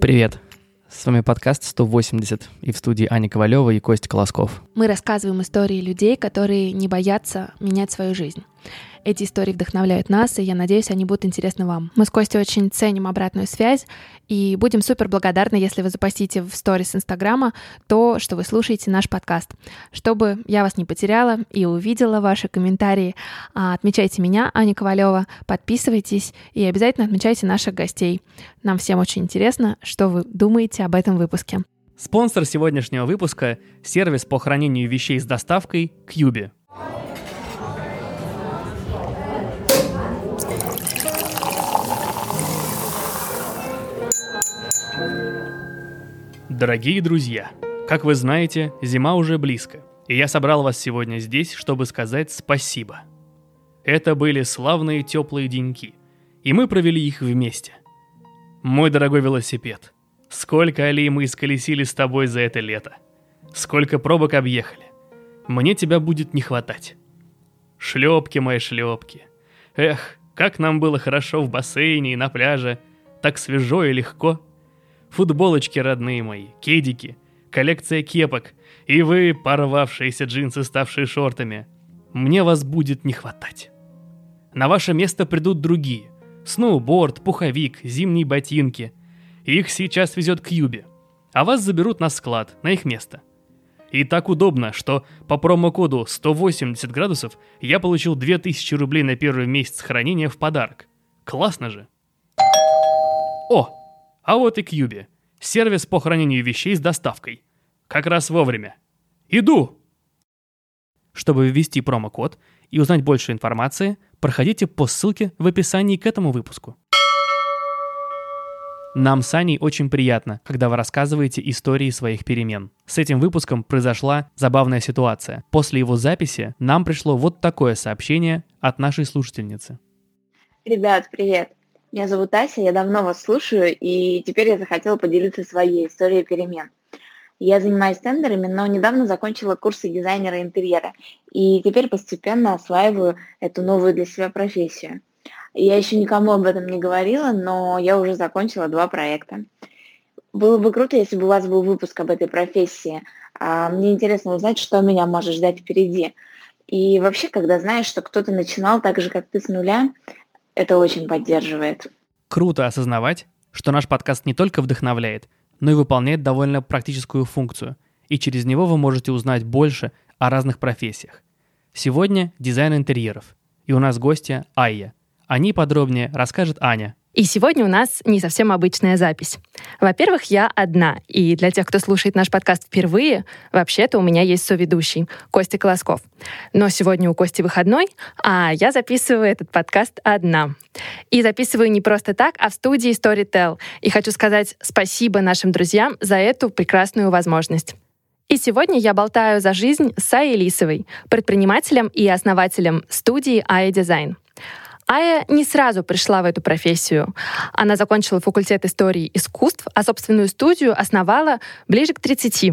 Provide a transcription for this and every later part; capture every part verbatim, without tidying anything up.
Привет! С вами подкаст сто восемьдесят, и в студии Аня Ковалева и Костя Колосков. Мы рассказываем истории людей, которые не боятся менять свою жизнь. Эти истории вдохновляют нас, и я надеюсь, они будут интересны вам. Мы с Костей очень ценим обратную связь, и будем супер благодарны, если вы запостите в сторис Инстаграма то, что вы слушаете наш подкаст. Чтобы я вас не потеряла и увидела ваши комментарии, отмечайте меня, Аня Ковалева, подписывайтесь и обязательно отмечайте наших гостей. Нам всем очень интересно, что вы думаете об этом выпуске. Спонсор сегодняшнего выпуска — сервис по хранению вещей с доставкой Кьюби. Дорогие друзья, как вы знаете, зима уже близко, и я собрал вас сегодня здесь, чтобы сказать спасибо. Это были славные теплые деньки, и мы провели их вместе. Мой дорогой велосипед, сколько аллей мы исколесили с тобой за это лето, сколько пробок объехали. Мне тебя будет не хватать. Шлепки мои шлепки. Эх, как нам было хорошо в бассейне и на пляже, так свежо и легко. Футболочки родные мои, кедики, коллекция кепок, и вы, порвавшиеся джинсы, ставшие шортами. Мне вас будет не хватать. На ваше место придут другие. Сноуборд, пуховик, зимние ботинки. Их сейчас везет Кьюби, а вас заберут на склад, на их место. И так удобно, что по промокоду сто восемьдесят градусов я получил две тысячи рублей на первый месяц хранения в подарок. Классно же! О! А вот и Кьюби. Сервис по хранению вещей с доставкой. Как раз вовремя. Иду! Чтобы ввести промокод и узнать больше информации, проходите по ссылке в описании к этому выпуску. Нам с Аней очень приятно, когда вы рассказываете истории своих перемен. С этим выпуском произошла забавная ситуация. После его записи нам пришло вот такое сообщение от нашей слушательницы. Ребят, привет! Меня зовут Ася, я давно вас слушаю, и теперь я захотела поделиться своей историей перемен. Я занимаюсь тендерами, но недавно закончила курсы дизайнера интерьера, и теперь постепенно осваиваю эту новую для себя профессию. Я еще никому об этом не говорила, но я уже закончила два проекта. Было бы круто, если бы у вас был выпуск об этой профессии. Мне интересно узнать, что меня может ждать впереди. И вообще, когда знаешь, что кто-то начинал так же, как ты, с нуля, это очень поддерживает. Круто осознавать, что наш подкаст не только вдохновляет, но и выполняет довольно практическую функцию, и через него вы можете узнать больше о разных профессиях. Сегодня дизайн интерьеров, и у нас гостья Айя. О ней подробнее расскажет Аня. И сегодня у нас не совсем обычная запись. Во-первых, я одна, и для тех, кто слушает наш подкаст впервые, вообще-то у меня есть соведущий, Костя Колосков. Но сегодня у Кости выходной, а я записываю этот подкаст одна. И записываю не просто так, а в студии Storytel. И хочу сказать спасибо нашим друзьям за эту прекрасную возможность. И сегодня я болтаю за жизнь с Айей Лисовой, предпринимателем и основателем студии Aya Design. Ая не сразу пришла в эту профессию. Она закончила факультет истории искусств, а собственную студию основала ближе к тридцати.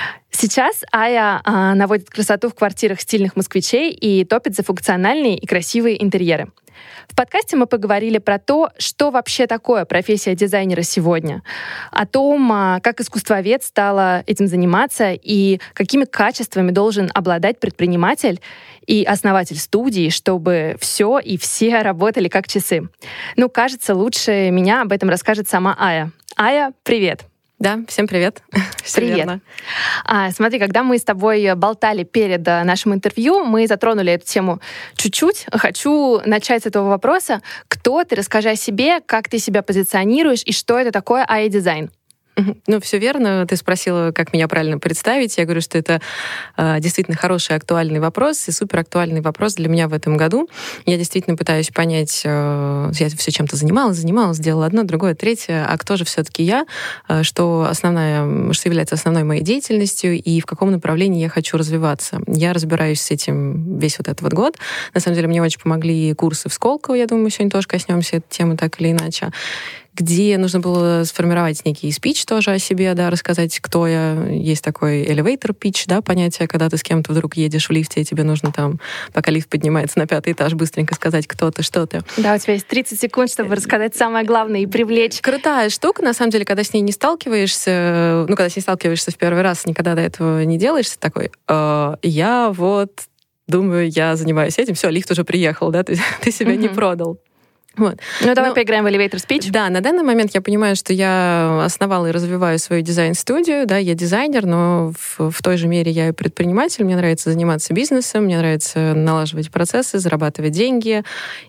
Сейчас Ая а, наводит красоту в квартирах стильных москвичей и топит за функциональные и красивые интерьеры. В подкасте мы поговорили про то, что вообще такое профессия дизайнера сегодня, о том, как искусствовед стала этим заниматься и какими качествами должен обладать предприниматель и основатель студии, чтобы все и все работали как часы. Ну, кажется, лучше меня об этом расскажет сама Ая. Ая, привет! Да, всем привет. Все Привет. верно. А, смотри, когда мы с тобой болтали перед нашим интервью, мы затронули эту тему чуть-чуть. Хочу начать с этого вопроса. Кто ты? Расскажи о себе, как ты себя позиционируешь и что это такое Aya Design. Ну, все верно. Ты спросила, как меня правильно представить. Я говорю, что это э, действительно хороший, актуальный вопрос и суперактуальный вопрос для меня в этом году. Я действительно пытаюсь понять, э, я все чем-то занималась, занималась, делала одно, другое, третье, а кто же все-таки я, э, что основная, что является основной моей деятельностью и в каком направлении я хочу развиваться. Я разбираюсь с этим весь вот этот вот год. На самом деле, мне очень помогли курсы в Сколково, я думаю, мы сегодня тоже коснемся этой темы так или иначе, где нужно было сформировать некий спич тоже о себе, да, рассказать, кто я. Есть такой elevator pitch, да, понятие, когда ты с кем-то вдруг едешь в лифте, и тебе нужно там, пока лифт поднимается на пятый этаж, быстренько сказать, кто ты, что ты. Да, у тебя есть тридцать секунд, чтобы рассказать самое главное и привлечь. Крутая штука, на самом деле, когда с ней не сталкиваешься, ну, когда с ней сталкиваешься в первый раз, никогда до этого не делаешь, такой, э, я вот думаю, я занимаюсь этим, все, лифт уже приехал, да, ты, ты себя mm-hmm. не продал. Вот. Ну, давай ну, поиграем в elevator speech. Да, на данный момент я понимаю, что я основала и развиваю свою дизайн-студию, да, я дизайнер, но в, в той же мере я и предприниматель, мне нравится заниматься бизнесом, мне нравится налаживать процессы, зарабатывать деньги,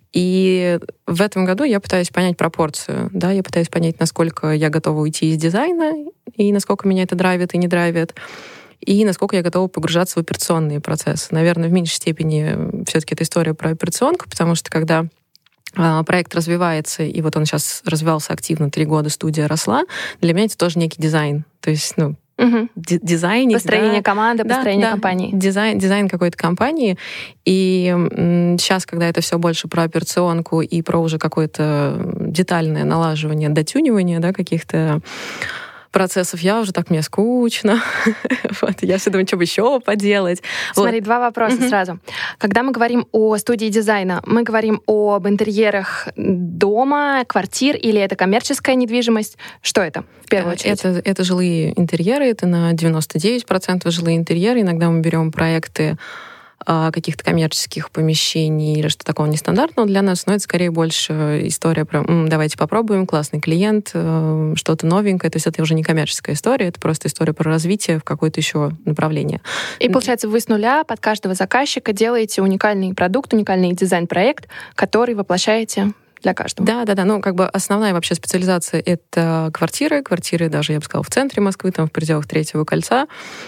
и в этом году я пытаюсь понять пропорцию, да, я пытаюсь понять, насколько я готова уйти из дизайна, и насколько меня это драйвит и не драйвит, и насколько я готова погружаться в операционные процессы. Наверное, в меньшей степени все-таки это история про операционку, потому что когда проект развивается, и вот он сейчас развивался активно, три года студия росла, для меня это тоже некий дизайн. То есть, ну, угу. дизайн... Построение да, команды, построение да, компании. Дизайн, дизайн какой-то компании. И м, сейчас, когда это все больше про операционку и про уже какое-то детальное налаживание, дотюнивание, да, каких-то процессов, я уже так, мне скучно. Вот, я все думаю, что бы еще поделать. Смотри, вот. Два вопроса mm-hmm. сразу. Когда мы говорим о студии дизайна, мы говорим об интерьерах дома, квартир, или это коммерческая недвижимость? Что это в первую очередь? Это, это жилые интерьеры, это на девяносто девять процентов жилые интерьеры. Иногда мы берем проекты каких-то коммерческих помещений или что-то такого нестандартного для нас, но это скорее больше история про М, давайте попробуем, классный клиент, что-то новенькое. То есть это уже не коммерческая история, это просто история про развитие в какое-то еще направление. И получается, вы с нуля под каждого заказчика делаете уникальный продукт, уникальный дизайн-проект, который воплощаете для каждого. Да, да, да. Ну, как бы основная вообще специализация — это квартиры. Квартиры даже, я бы сказала, в центре Москвы, там в пределах Третьего кольца.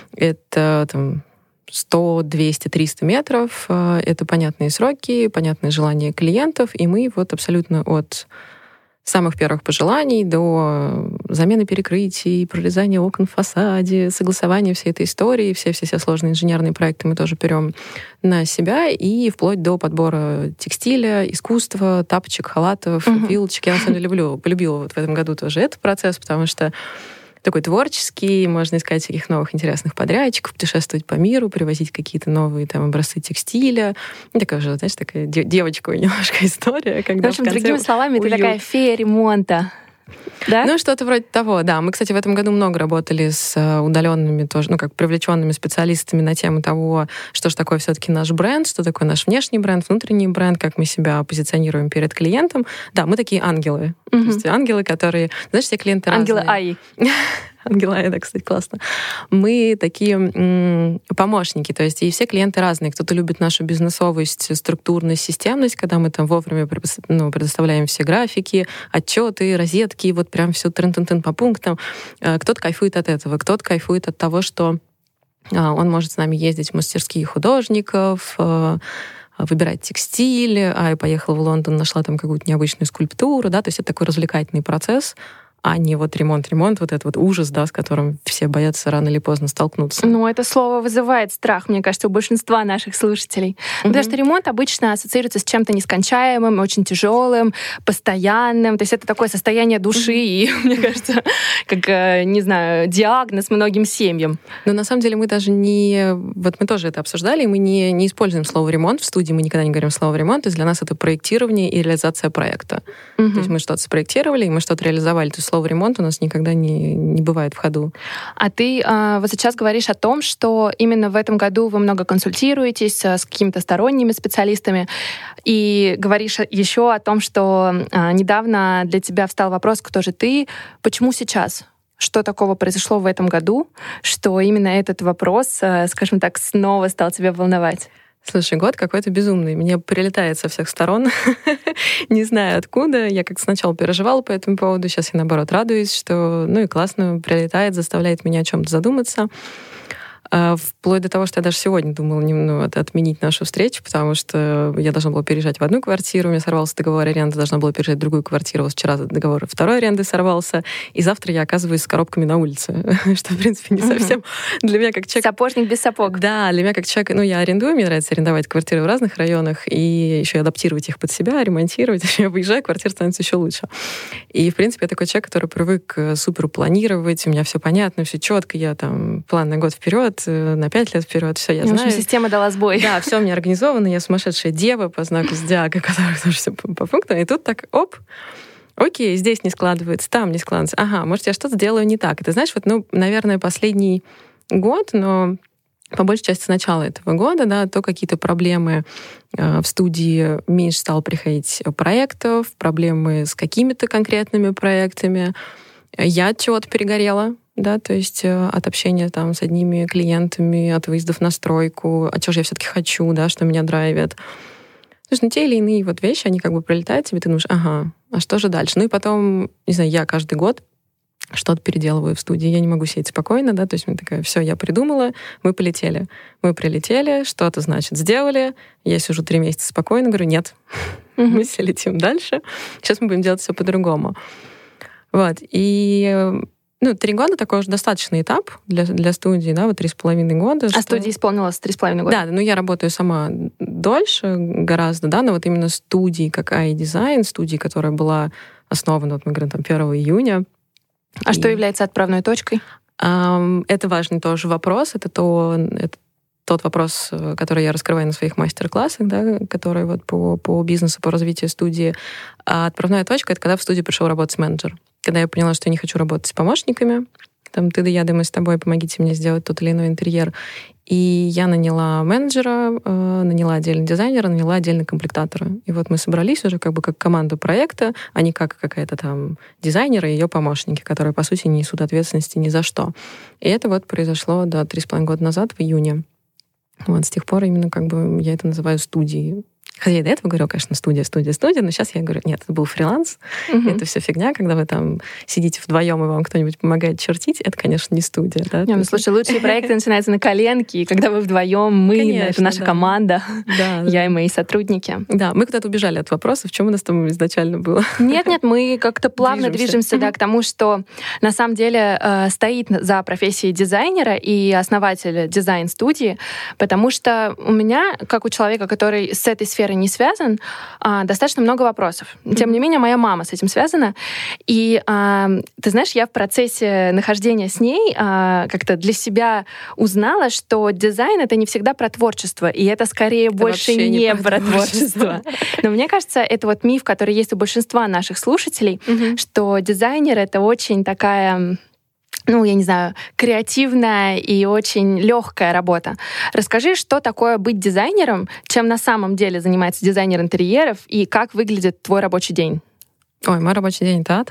Это там сто, двести, триста метров. Это понятные сроки, понятные желания клиентов, и мы вот абсолютно от самых первых пожеланий до замены перекрытий, прорезания окон в фасаде, согласования всей этой истории, все-все-все сложные инженерные проекты мы тоже берем на себя, и вплоть до подбора текстиля, искусства, тапочек, халатов, угу. вилочек. Я, на самом деле, люблю, полюбила вот в этом году тоже этот процесс, потому что такой творческий, можно искать всяких новых интересных подрядчиков, путешествовать по миру, привозить какие-то новые там образцы текстиля. И такая уже, знаешь, такая девочковая немножко история. Когда в общем, в другими словами, уют. Ты такая фея ремонта. Да? Ну, что-то вроде того, да. Мы, кстати, в этом году много работали с удаленными тоже, ну, как привлеченными специалистами на тему того, что же такое все-таки наш бренд, что такое наш внешний бренд, внутренний бренд, как мы себя позиционируем перед клиентом. Да, мы такие ангелы. Mm-hmm. То есть ангелы, которые... Знаешь, все клиенты ангелы разные. Ангелы Аи. Ангела Аи, да, кстати, классно. Мы такие м- помощники, то есть и все клиенты разные. Кто-то любит нашу бизнесовость, структурность, системность, когда мы там вовремя ну, предоставляем все графики, отчеты, розетки, вот прям все трын-тын-тын по пунктам. Кто-то кайфует от этого, кто-то кайфует от того, что он может с нами ездить в мастерские художников, выбирать текстиль, а я поехала в Лондон, нашла там какую-то необычную скульптуру, да, то есть это такой развлекательный процесс, а не вот ремонт-ремонт, вот этот вот ужас, да, с которым все боятся рано или поздно столкнуться. Ну, это слово вызывает страх, мне кажется, у большинства наших слушателей. Mm-hmm. Потому что ремонт обычно ассоциируется с чем-то нескончаемым, очень тяжелым, постоянным. То есть это такое состояние души mm-hmm. и, мне кажется, как, не знаю, диагноз многим семьям. Но на самом деле мы даже не... Вот мы тоже это обсуждали, и мы не, не используем слово «ремонт» в студии, мы никогда не говорим слово «ремонт», то есть для нас это проектирование и реализация проекта. Mm-hmm. То есть мы что-то спроектировали, и мы что-то реализовали. То есть слово «ремонт» у нас никогда не, не бывает в ходу. А ты а, вот сейчас говоришь о том, что именно в этом году вы много консультируетесь с какими-то сторонними специалистами, и говоришь еще о том, что а, недавно для тебя встал вопрос, кто же ты, почему сейчас? Что такого произошло в этом году, что именно этот вопрос, скажем так, снова стал тебя волновать? Слушай, год какой-то безумный. Мне прилетает со всех сторон. Не знаю откуда. Я как сначала переживала по этому поводу, сейчас я, наоборот, радуюсь, что, ну и классно, прилетает, заставляет меня о чем-то задуматься. Вплоть до того, что я даже сегодня думала немного отменить нашу встречу, потому что я должна была переезжать в одну квартиру, у меня сорвался договор аренды, должна была переезжать в другую квартиру. Вчера договор второй аренды сорвался, и завтра я оказываюсь с коробками на улице, что, в принципе, не совсем для меня как человек... Сапожник без сапог. Да, для меня как человек... Ну, я арендую, мне нравится арендовать квартиры в разных районах, и еще адаптировать их под себя, ремонтировать. Я выезжаю, квартира становится еще лучше. И, в принципе, я такой человек, который привык супер планировать, у меня все понятно, все четко, я там план на год вперед, на пять лет вперед, все я в знаю. общем, система дала сбой. Да, все у меня организовано, я сумасшедшая дева по знаку зодиака, которая тоже все по, по пунктам, и тут так, оп, окей, здесь не складывается, там не складывается, ага, может, я что-то сделаю не так. И ты знаешь, вот, ну, наверное, последний год, но по большей части с начала этого года, да, то какие-то проблемы э, в студии, меньше стало приходить проектов, проблемы с какими-то конкретными проектами. Я от чего-то перегорела, да, то есть э, от общения там с одними клиентами, от выездов на стройку, а чего же я все-таки хочу, да, что меня драйвит. Слушай, ну те или иные вот вещи, они как бы прилетают тебе, ты думаешь, ага, а что же дальше? Ну и потом, не знаю, я каждый год что-то переделываю в студии. Я не могу сидеть спокойно, да, то есть мне такая, все, я придумала, мы полетели. Мы прилетели, что-то, значит, сделали. Я сижу три месяца спокойно, говорю, нет, mm-hmm. мы все летим дальше. Сейчас мы будем делать все по-другому. Вот. И, ну, три года такой уже достаточный этап для, для студии, да, вот три с половиной года. А что... студии исполнилось три с половиной года? Да, ну, я работаю сама дольше гораздо, да, но вот именно студии, как iDesign, студии, которая была основана, вот мы говорим, там, первого июня. А и... что является отправной точкой? Это важный тоже вопрос. Это, то, это тот вопрос, который я раскрываю на своих мастер-классах, да, который вот по, по бизнесу, по развитию студии. А отправная точка — это когда в студию пришел работать менеджер. Когда я поняла, что я не хочу работать с помощниками, там, ты да я, да мы с тобой, помогите мне сделать тот или иной интерьер. И я наняла менеджера, э, наняла отдельно дизайнера, наняла отдельно комплектатора. И вот мы собрались уже как бы как команда проекта, а не как какая-то там дизайнер и ее помощники, которые, по сути, не несут ответственности ни за что. И это вот произошло, да, три с половиной года назад, в июне. Вот с тех пор именно как бы я это называю студией. Хотя я до этого говорила, конечно, студия, студия, студия, но сейчас я говорю, нет, это был фриланс, угу. это все фигня, когда вы там сидите вдвоем и вам кто-нибудь помогает чертить, это, конечно, не студия. Да? Не, ну, слушай, лучшие проекты начинаются на коленке, и когда вы вдвоем, мы, конечно, это наша да. команда, да, я да. и мои сотрудники. Да, мы куда-то убежали от вопроса, в чем у нас там изначально было. Нет-нет, мы как-то плавно движемся, движемся да, к тому, что на самом деле э, стоит за профессией дизайнера и основателя дизайн-студии, потому что у меня, как у человека, который с этой сферой не связан, достаточно много вопросов. Тем не менее, моя мама с этим связана. И ты знаешь, я в процессе нахождения с ней как-то для себя узнала, что дизайн — это не всегда про творчество, и это скорее это больше не, не про, про творчество. Но мне кажется, это вот миф, который есть у большинства наших слушателей, mm-hmm. что дизайнер — это очень такая... ну, я не знаю, креативная и очень легкая работа. Расскажи, что такое быть дизайнером, чем на самом деле занимается дизайнер интерьеров и как выглядит твой рабочий день? Ой, мой рабочий день — это ад.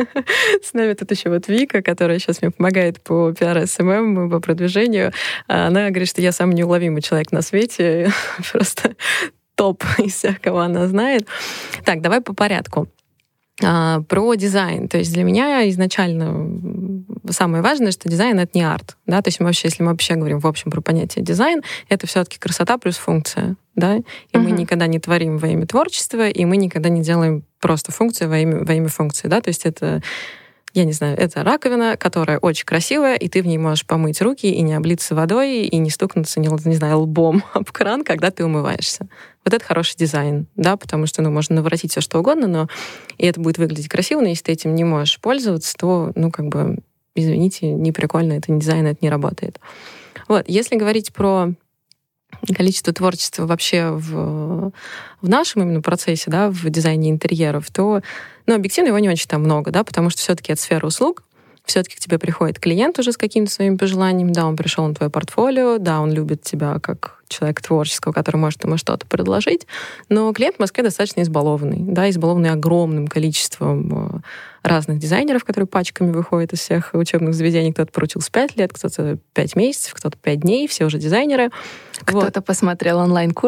С нами тут еще вот Вика, которая сейчас мне помогает по пиар эс эм эм, по продвижению. Она говорит, что я самый неуловимый человек на свете. Просто топ из всех, кого она знает. Так, давай по порядку. А, про дизайн. То есть для меня изначально самое важное, что дизайн — это не арт. Да? То есть мы вообще, если мы вообще говорим в общем про понятие дизайн, это все-таки красота плюс функция. Да? И uh-huh. мы никогда не творим во имя творчества, и мы никогда не делаем просто функцию во имя, во имя функции. Да? То есть это, я не знаю, это раковина, которая очень красивая, и ты в ней можешь помыть руки и не облиться водой, и не стукнуться, не, не знаю, лбом об кран, когда ты умываешься. Вот это хороший дизайн, да, потому что, ну, можно наворотить все что угодно, но и это будет выглядеть красиво, но если ты этим не можешь пользоваться, то, ну, как бы, извините, не прикольно, это не дизайн, это не работает. Вот, если говорить про количество творчества вообще в, в нашем именно процессе, да, в дизайне интерьеров, то, ну, объективно его не очень там много, да, потому что все-таки это сфера услуг, все-таки к тебе приходит клиент уже с какими-то своими пожеланиями, да, он пришел на твое портфолио, да, он любит тебя как человека творческого, который может ему что-то предложить, но клиент в Москве достаточно избалованный, да, избалованный огромным количеством разных дизайнеров, которые пачками выходят из всех учебных заведений. Кто-то проучился пять лет, кто-то пять месяцев, кто-то пять дней, все уже дизайнеры. Кто-то вот. посмотрел онлайн-курс.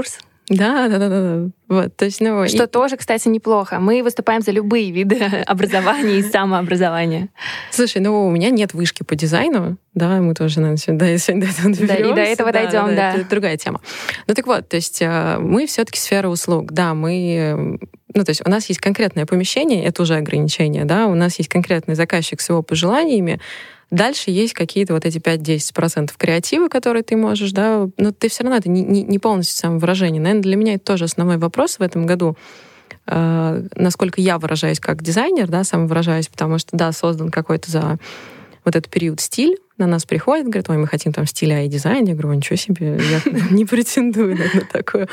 Да, да, да, да. Вот, то есть, ну, Что и... тоже, кстати, неплохо. Мы выступаем за любые виды образования и самообразования. Слушай, ну у меня нет вышки по дизайну, да, мы тоже, наверное, сегодня до этого доберемся. Да, и до этого да, дойдем, да, да. Это другая тема. Ну так вот, то есть мы все-таки сфера услуг, да, мы... Ну, то есть у нас есть конкретное помещение, это уже ограничение, да, у нас есть конкретный заказчик с его пожеланиями. Дальше есть какие-то вот эти пять-десять процентов креатива, которые ты можешь, да, но ты все равно это не, не, не полностью самовыражение. Наверное, для меня это тоже основной вопрос в этом году, э, насколько я выражаюсь как дизайнер, да, самовыражаюсь, потому что, да, создан какой-то за вот этот период стиль, на нас приходит, говорит, ой, мы хотим там стиль ай дизайн. Я говорю, ничего себе, я не претендую на такое.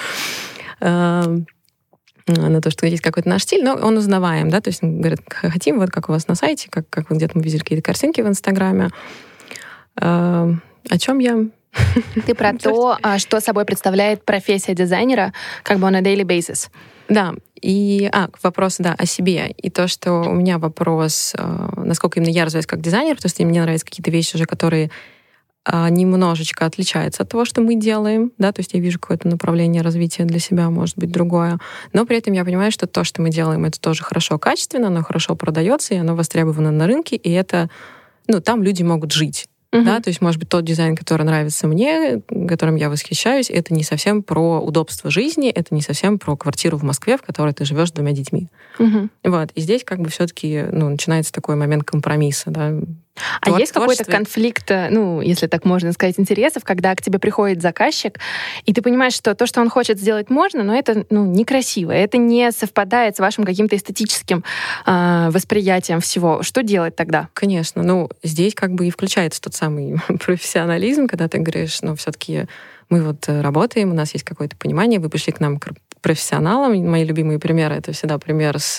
На то, что есть какой-то наш стиль, но он узнаваем, да, то есть говорят, хотим, вот как у вас на сайте, как, как вот где-то мы видели какие-то картинки в Инстаграме. О чем я? Ты про то, что собой представляет профессия дизайнера, как бы on a daily basis. Да, и а, вопрос, да, о себе. И то, что у меня вопрос, насколько именно я развиваюсь как дизайнер, потому что мне нравятся какие-то вещи уже, которые немножечко отличается от того, что мы делаем, да, то есть я вижу какое-то направление развития для себя, может быть, другое, но при этом я понимаю, что то, что мы делаем, это тоже хорошо, качественно, оно хорошо продается, и оно востребовано на рынке, и это, ну, там люди могут жить. Uh-huh. Да, то есть, может быть, тот дизайн, который нравится мне, которым я восхищаюсь, это не совсем про удобство жизни, это не совсем про квартиру в Москве, в которой ты живешь с двумя детьми. Uh-huh. Вот. И здесь как бы все-таки, ну, начинается такой момент компромисса, да. А Твор- есть какой-то конфликт, ну, если так можно сказать, интересов, когда к тебе приходит заказчик, и ты понимаешь, что то, что он хочет сделать, можно, но это, ну, некрасиво, это не совпадает с вашим каким-то эстетическим э, восприятием всего. Что делать тогда? Конечно. Ну, здесь как бы и включается тот самый профессионализм, когда ты говоришь, ну, все-таки мы вот работаем, у нас есть какое-то понимание, вы пришли к нам к профессионалам. Мои любимые примеры — это всегда пример с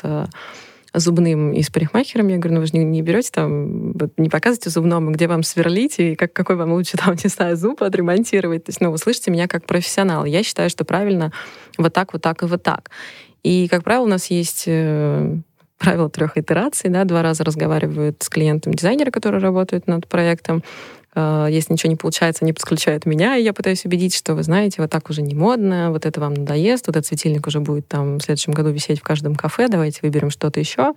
зубным и с парикмахером. Я говорю, ну вы же не, не берете там, не показываете зубному, где вам сверлить и как, какой вам лучше там, не знаю, зуб отремонтировать. То есть, ну, вы слышите меня как профессионал. Я считаю, что правильно вот так, вот так и вот так. И, как правило, у нас есть э, правило трех итераций, да, два раза разговаривают с клиентом дизайнеры, которые работают над проектом. Если ничего не получается, они подключают меня, и я пытаюсь убедить, что, вы знаете, вот так уже не модно, вот это вам надоест, вот этот светильник уже будет там в следующем году висеть в каждом кафе, давайте выберем что-то еще.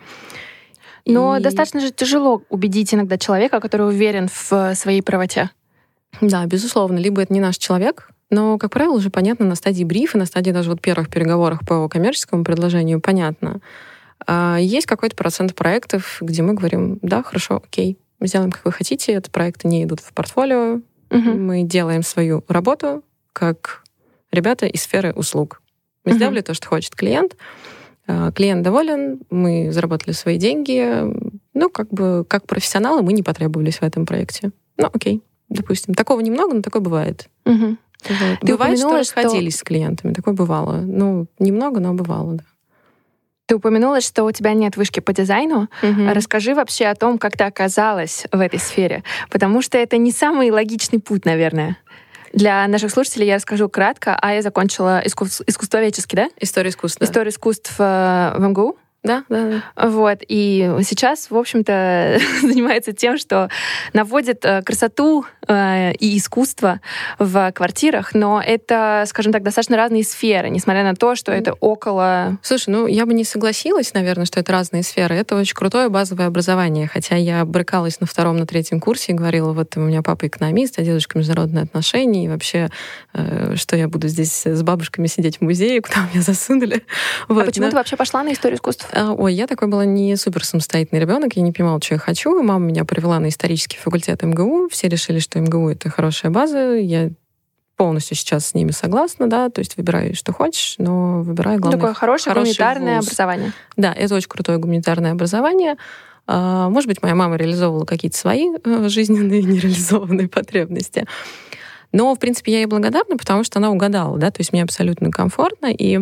Но и... достаточно же тяжело убедить иногда человека, который уверен в своей правоте. Да, безусловно. Либо это не наш человек, но, как правило, уже понятно на стадии брифа, на стадии даже вот первых переговоров по коммерческому предложению понятно. Есть какой-то процент проектов, где мы говорим, да, хорошо, окей, мы сделаем, как вы хотите, это проекты не идут в портфолио, угу. Мы делаем свою работу как ребята из сферы услуг. Мы угу. сделали то, что хочет клиент, клиент доволен, мы заработали свои деньги, ну, как бы, как профессионалы мы не потребовались в этом проекте. Ну, окей, допустим. Такого немного, но такое бывает. Угу. Вот. Бывает, что расходились что... с клиентами, такое бывало. Ну, немного, но бывало, да. Ты упомянула, что у тебя нет вышки по дизайну. Mm-hmm. Расскажи вообще о том, как ты оказалась в этой сфере. Потому что это не самый логичный путь, наверное. Для наших слушателей я расскажу кратко. А я закончила искус... искусствоведческий, да? Историю искусств. Да. Историю искусств в эм гэ у. Да, да, да. Вот. И сейчас, в общем-то, занимается тем, что наводит красоту и искусство в квартирах, но это, скажем так, достаточно разные сферы, несмотря на то, что это около... Слушай, ну, я бы не согласилась, наверное, что это разные сферы. Это очень крутое базовое образование, хотя я брыкалась на втором, на третьем курсе и говорила, вот у меня папа экономист, а дедушка международные отношения, и вообще, что я буду здесь с бабушками сидеть в музее, куда меня засунули. Вот, а почему но... ты вообще пошла на историю искусств? Ой, я такой была не супер самостоятельный ребенок, я не понимала, что я хочу. Мама меня привела на исторический факультет эм гэ у. Все решили, что эм гэ у — это хорошая база. Я полностью сейчас с ними согласна, да, то есть выбирай, что хочешь, но выбирай, главное, такое хорошее хороший гуманитарное вуз. Образование. Да, это очень крутое гуманитарное образование. Может быть, моя мама реализовывала какие-то свои жизненные нереализованные потребности. Но, в принципе, я ей благодарна, потому что она угадала, да, то есть мне абсолютно комфортно, и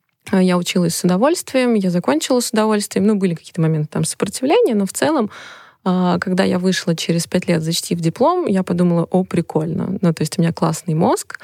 я училась с удовольствием, я закончила с удовольствием. Ну, были какие-то моменты там сопротивления, но в целом, когда я вышла через пять лет, защитив диплом, я подумала, о, прикольно. Ну, то есть у меня классный мозг.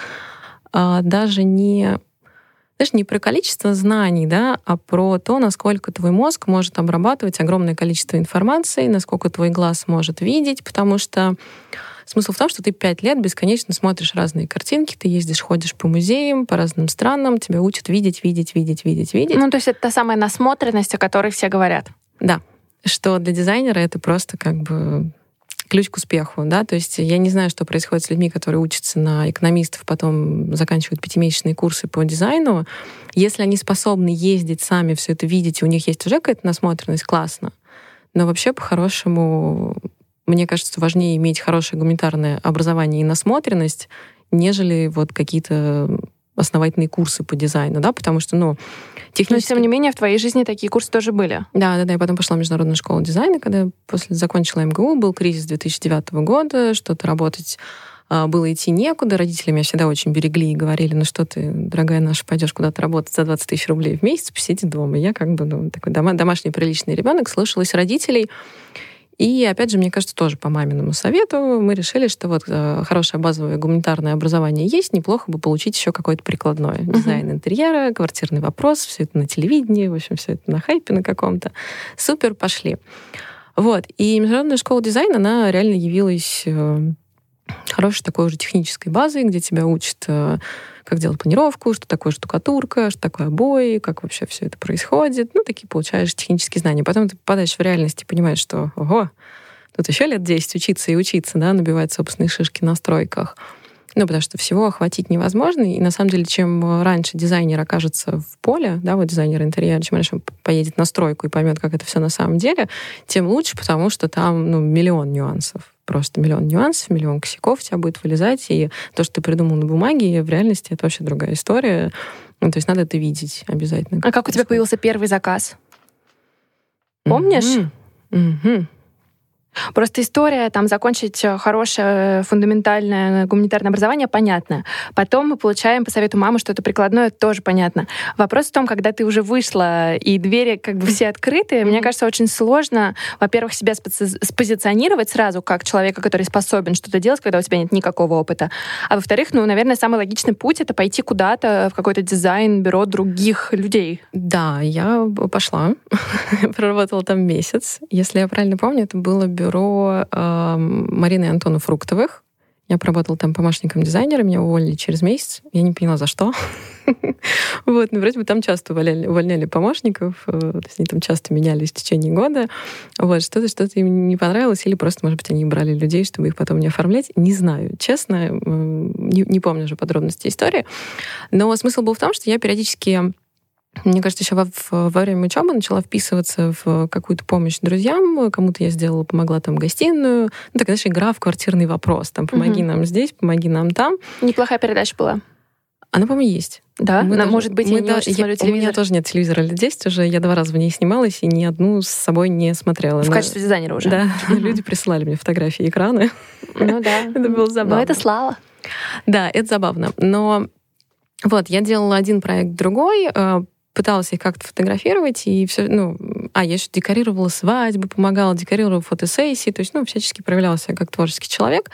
Даже не, даже не про количество знаний, да, а про то, насколько твой мозг может обрабатывать огромное количество информации, насколько твой глаз может видеть, потому что Смысл в том, что ты пять лет бесконечно смотришь разные картинки, ты ездишь, ходишь по музеям, по разным странам, тебя учат видеть, видеть, видеть, видеть, видеть. Ну, то есть это та самая насмотренность, о которой все говорят. Да. Что для дизайнера это просто как бы ключ к успеху, да, то есть я не знаю, что происходит с людьми, которые учатся на экономистов, потом заканчивают пятимесячные курсы по дизайну. Если они способны ездить сами, все это видеть, и у них есть уже какая-то насмотренность, классно. Но вообще, по-хорошему, мне кажется, важнее иметь хорошее гуманитарное образование и насмотренность, нежели вот какие-то основательные курсы по дизайну, да, потому что, ну, технически... Но, тем не менее, в твоей жизни такие курсы тоже были. Да, да, да, я потом пошла в международную школу дизайна, когда я после закончила эм гэ у, был кризис две тысячи девятого года, что-то работать было идти некуда, родители меня всегда очень берегли и говорили, ну что ты, дорогая наша, пойдешь куда-то работать за двадцать тысяч рублей в месяц, посиди дома. И я как бы, ну, такой дома, домашний приличный ребенок, слушалась родителей. И, опять же, мне кажется, тоже по маминому совету мы решили, что вот э, хорошее базовое гуманитарное образование есть, неплохо бы получить еще какое-то прикладное. Uh-huh. Дизайн интерьера, квартирный вопрос, все это на телевидении, в общем, все это на хайпе на каком-то. Супер, пошли. Вот. И международная школа дизайна, она реально явилась э, хорошей такой уже технической базой, где тебя учат, э, как делать планировку, что такое штукатурка, что такое обои, как вообще все это происходит. Ну, такие получаешь технические знания. Потом ты попадаешь в реальность и понимаешь, что, ого, тут еще лет десять учиться и учиться, да, набивать собственные шишки на стройках. Ну, потому что всего охватить невозможно. И на самом деле, чем раньше дизайнер окажется в поле, да, вот дизайнер интерьера, чем раньше он поедет на стройку и поймет, как это все на самом деле, тем лучше, потому что там, ну, миллион нюансов. Просто миллион нюансов, миллион косяков у тебя будет вылезать, и то, что ты придумал на бумаге, в реальности это вообще другая история. Ну, то есть надо это видеть обязательно. А как у тебя появился первый заказ? Помнишь? Mm-hmm. Mm-hmm. Просто история, там, закончить хорошее фундаментальное гуманитарное образование, понятно. Потом мы получаем по совету мамы, что это прикладное, тоже понятно. Вопрос в том, когда ты уже вышла, и двери как бы все открыты, mm-hmm. мне кажется, очень сложно, во-первых, себя спози- спозиционировать сразу как человека, который способен что-то делать, когда у тебя нет никакого опыта. А во-вторых, ну, наверное, самый логичный путь — это пойти куда-то в какой-то дизайн-бюро других людей. Да, я пошла, проработала там месяц. Если я правильно помню, это было бюро бюро э, Марины и Антона Фруктовых. Я поработала там помощником дизайнера, меня уволили через месяц. Я не поняла, за что. Вот, ну, вроде бы там часто увольняли, увольняли помощников, то есть они там часто менялись в течение года. Вот, что-то, что-то им не понравилось, или просто, может быть, они брали людей, чтобы их потом не оформлять. Не знаю, честно, не, не помню уже подробности истории. Но смысл был в том, что я периодически... Мне кажется, еще во, во время учебы начала вписываться в какую-то помощь друзьям. Кому-то я сделала, помогла там гостиную. Ну, так, знаешь, игра в квартирный вопрос. Там, помоги угу. нам здесь, помоги нам там. Неплохая передача была. Она, по-моему, есть. Да? Мы Она, даже, может быть, мы я не да, очень я, смотрю телевизор. У меня тоже нет телевизора лет десять уже. Я два раза в ней снималась и ни одну с собой не смотрела. В Но, качестве дизайнера уже? Да. Люди присылали мне фотографии экрана. Ну да. Это было забавно. Но это слава. Да, это забавно. Но вот, я делала один проект, другой, пыталась их как-то фотографировать, и все, ну, а, я еще декорировала свадьбу, помогала, декорировала фотосессии, то есть, ну, всячески проявляла себя как творческий человек.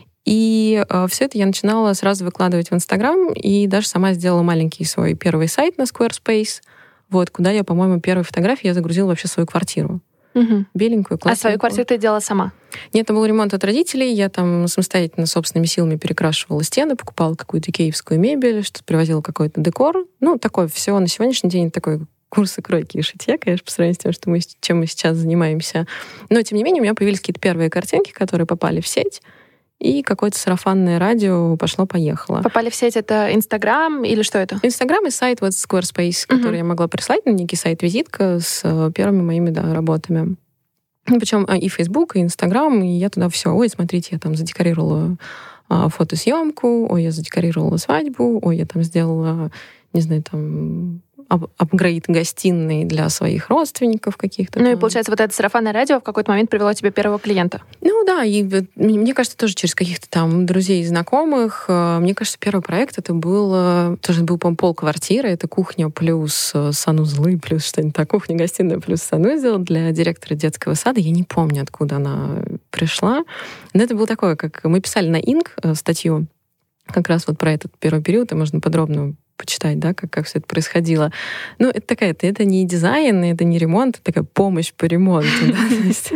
И э, все это я начинала сразу выкладывать в Инстаграм, и даже сама сделала маленький свой первый сайт на Squarespace, вот, куда я, по-моему, первой фотографии я загрузила вообще свою квартиру. Угу. Беленькую, классную. А свою квартиру ты делала сама? Нет, это был ремонт от родителей. Я там самостоятельно, собственными силами перекрашивала стены, покупала какую-то икеевскую мебель, что-то привозила какой-то декор. Ну, такое все на сегодняшний день такой курсы кройки и шитья, конечно, по сравнению с тем, что мы, чем мы сейчас занимаемся. Но, тем не менее, у меня появились какие-то первые картинки, которые попали в сеть, и какое-то сарафанное радио пошло-поехало. Попали в сеть — это Инстаграм или что это? Инстаграм и сайт вот Squarespace, uh-huh. который я могла прислать, ну, некий сайт-визитка с первыми моими, да, работами. Ну, причем и Facebook, и Инстаграм, и я туда все. Ой, смотрите, я там задекорировала а, фотосъемку, ой, я задекорировала свадьбу, ой, я там сделала, не знаю, там апгрейд гостиной для своих родственников каких-то. Ну там. И получается, вот это сарафанное радио в какой-то момент привело тебе первого клиента. Ну да, и мне кажется, тоже через каких-то там друзей и знакомых. Мне кажется, первый проект это был, тоже был, по-моему, полквартиры, это кухня плюс санузлы, плюс что-нибудь так, кухня-гостиная плюс санузел для директора детского сада. Я не помню, откуда она пришла. Но это было такое, как мы писали на Инк статью как раз вот про этот первый период, и можно подробно почитать, да, как, как все это происходило. Ну, это такая, это, это не дизайн, это не ремонт, это такая помощь по ремонту.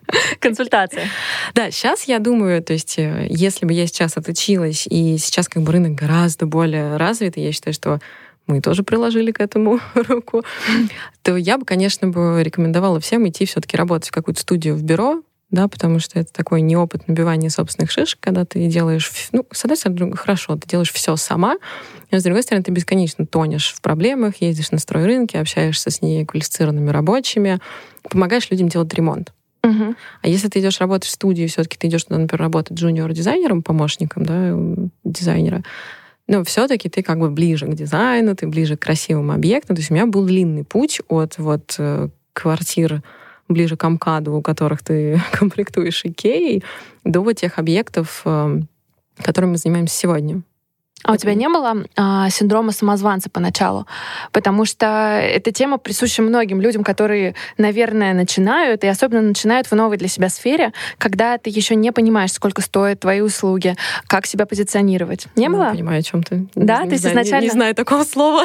Консультация. Да, сейчас я думаю, то есть если бы я сейчас отучилась, и сейчас как бы рынок гораздо более развитый, я считаю, что мы тоже приложили к этому руку, то я бы, конечно, бы рекомендовала всем идти все-таки работать в какую-то студию в бюро, да, потому что это такой неопыт набивания собственных шишек, когда ты делаешь, ну, с одной стороны, хорошо, ты делаешь все сама, но с другой стороны, ты бесконечно тонешь в проблемах, ездишь на стройрынке, общаешься с неквалифицированными рабочими, помогаешь людям делать ремонт. Угу. А если ты идешь работать в студию, все-таки ты идешь туда, например, работать джуниор-дизайнером, помощником, да, дизайнера, но все-таки ты как бы ближе к дизайну, ты ближе к красивым объектам. То есть у меня был длинный путь от вот квартир ближе к МКАДу, у которых ты комплектуешь Икеей, до вот тех объектов, которыми мы занимаемся сегодня. А у тебя не было а, синдрома самозванца поначалу? Потому что эта тема присуща многим людям, которые, наверное, начинают, и особенно начинают в новой для себя сфере, когда ты еще не понимаешь, сколько стоят твои услуги, как себя позиционировать. Не было? Я понимаю, о чем ты. Да, не, то есть знаю, изначально... Не, не знаю такого слова.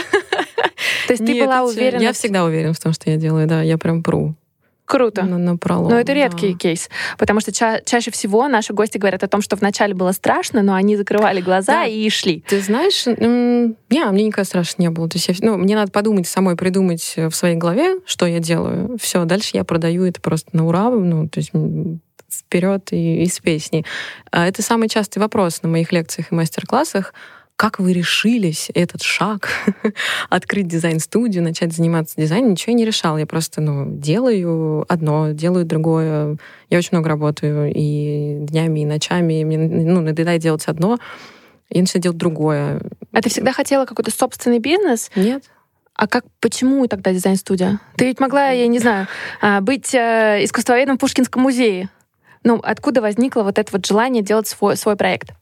То есть ты была уверена... Я всегда уверена в том, что я делаю, да, я прям пру. Круто. На, на пролом, но это редкий да. кейс, потому что ча- чаще всего наши гости говорят о том, что вначале было страшно, но они закрывали глаза да. и шли. Ты знаешь, м- не, мне никогда страшно не было. То есть я, ну, мне надо подумать самой, придумать в своей голове, что я делаю. Все, дальше я продаю это просто на ура, ну, то есть вперед и, и с песней. Это самый частый вопрос на моих лекциях и мастер-классах. Как вы решились этот шаг, открыть дизайн-студию, начать заниматься дизайном? Ничего я не решала. Я просто ну, делаю одно, делаю другое. Я очень много работаю и днями, и ночами. Мне ну, надоедает делать одно, я начинаю делать другое. А ты всегда хотела какой-то собственный бизнес? Нет. А как, почему тогда дизайн-студия? Ты ведь могла, я не знаю, быть искусствоведом в Пушкинском музее. Ну, откуда возникло вот это вот желание делать свой, свой проект?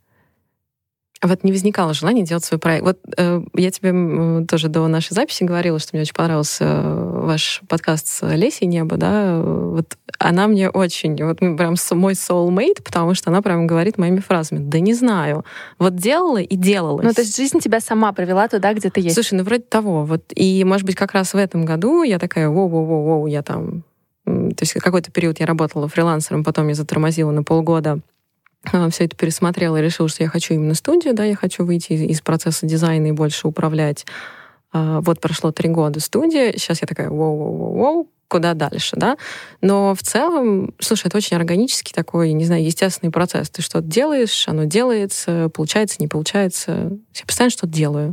Вот не возникало желания делать свой проект. Вот э, я тебе э, тоже до нашей записи говорила, что мне очень понравился э, ваш подкаст с Лесей «Небо», да, вот она мне очень, вот прям мой soulmate, потому что она прям говорит моими фразами. Да не знаю. Вот делала и делалась. Ну, то есть жизнь тебя сама привела туда, где ты есть. Слушай, ну вроде того. Вот. И, может быть, как раз в этом году я такая, воу-воу-воу, я там... То есть какой-то период я работала фрилансером, потом я затормозила на полгода, все это пересмотрела и решила, что я хочу именно студию, да, я хочу выйти из, из процесса дизайна и больше управлять. Вот прошло три года студия, сейчас я такая, воу-воу-воу, куда дальше, да? Но в целом, слушай, это очень органический такой, не знаю, естественный процесс. Ты что-то делаешь, оно делается, получается, не получается. Я постоянно что-то делаю.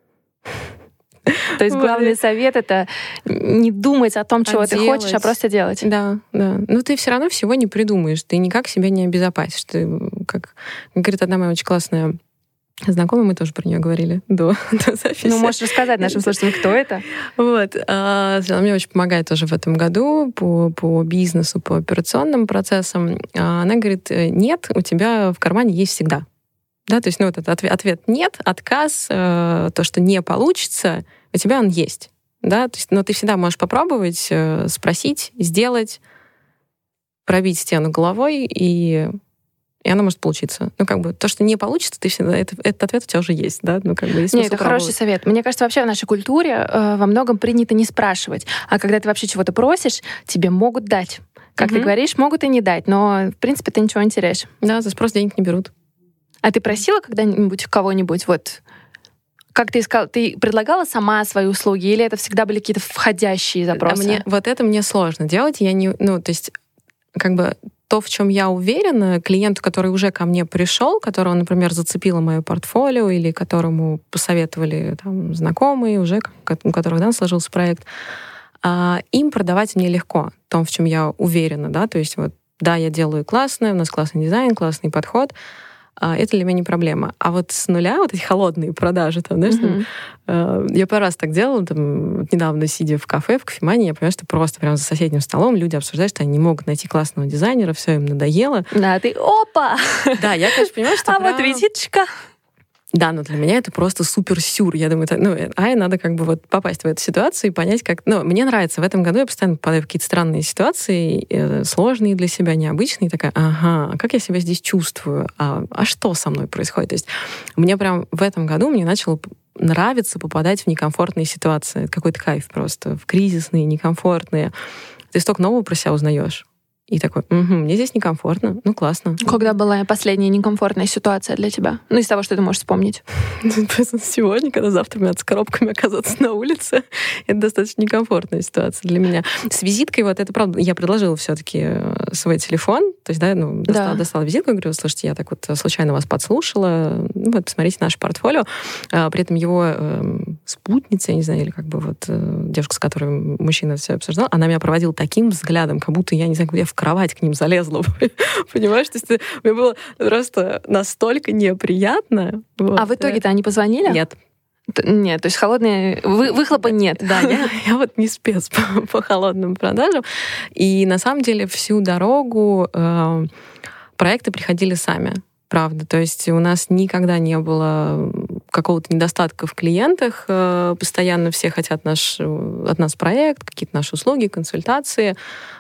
То есть главный совет — это не думать о том, чего а ты делать. Хочешь, а просто делать. Да, да. Но ты все равно всего не придумаешь. Ты никак себя не обезопасишь. Ты, как говорит одна моя очень классная знакомая, мы тоже про нее говорили до, до записи. Ну, можешь рассказать нашим слушателям, кто это? Вот. Она мне очень помогает тоже в этом году по, по бизнесу, по операционным процессам. Она говорит, нет, у тебя в кармане есть всегда. Да, то есть, ну, вот этот ответ, ответ нет, отказ, э, то, что не получится, у тебя он есть. Да, то есть, но ты всегда можешь попробовать, э, спросить, сделать, пробить стену головой, и, и она может получиться. Ну, как бы, то, что не получится, ты всегда, это, этот ответ у тебя уже есть, да? Ну, как бы, есть Нет, это хороший совет. Мне кажется, вообще в нашей культуре э, во многом принято не спрашивать. А когда ты вообще чего-то просишь, тебе могут дать. Как mm-hmm. ты говоришь, могут и не дать, но, в принципе, ты ничего не теряешь. Да, за спрос денег не берут. А ты просила когда-нибудь кого-нибудь, вот, как ты искала, ты предлагала сама свои услуги, или это всегда были какие-то входящие запросы? Мне, вот это мне сложно делать. Я не, ну, то есть, как бы, то, в чем я уверена, клиенту, который уже ко мне пришел, которого, например, зацепило мое портфолио, или которому посоветовали там, знакомые уже, у которых, да, сложился проект, им продавать мне легко, в том, в чем я уверена, да, то есть, вот, да, я делаю классно, у нас классный дизайн, классный подход, это для меня не проблема. А вот с нуля, вот эти холодные продажи, там, знаешь, mm-hmm. там, я пару раз так делала, там, недавно сидя в кафе, в кофемании, я понимаю, что просто прямо за соседним столом люди обсуждают, что они не могут найти классного дизайнера, все им надоело. Да, ты опа! Да, я, конечно, понимаю, что А прям... вот визиточка. Да, но для меня это просто супер-сюр. Я думаю, это, ну, ай, надо как бы вот попасть в эту ситуацию и понять, как... Ну, мне нравится. В этом году я постоянно попадаю в какие-то странные ситуации, э, сложные для себя, необычные. Такая, ага, а как я себя здесь чувствую? А, а что со мной происходит? То есть мне прям в этом году мне начало нравиться попадать в некомфортные ситуации. Это какой-то кайф просто. В кризисные, некомфортные. Ты столько нового про себя узнаешь. И такой, угу, мне здесь некомфортно, ну классно. Когда была последняя некомфортная ситуация для тебя? Ну, из того, что ты можешь вспомнить. Сегодня, когда завтра мне надо с коробками оказаться на улице, это достаточно некомфортная ситуация для меня. С визиткой, вот это правда, я предложила все-таки свой телефон, то есть, да, ну, достала, да. достала визитку, говорю, слушайте, я так вот случайно вас подслушала, ну, вот, посмотрите наше портфолио. А, при этом его э, спутница, я не знаю, или как бы вот э, девушка, с которой мужчина все обсуждал, она меня проводила таким взглядом, как будто, я не знаю, где в кровать к ним залезла. Понимаешь? То есть мне было просто настолько неприятно. Вот. А в итоге-то они позвонили? Нет. Нет, то есть холодные... Вы, выхлопа нет. Да, я, я вот не спец по, по холодным продажам. И на самом деле всю дорогу э, проекты приходили сами. Правда. То есть у нас никогда не было какого-то недостатка в клиентах. Постоянно все хотят наш, от нас проект, какие-то наши услуги, консультации.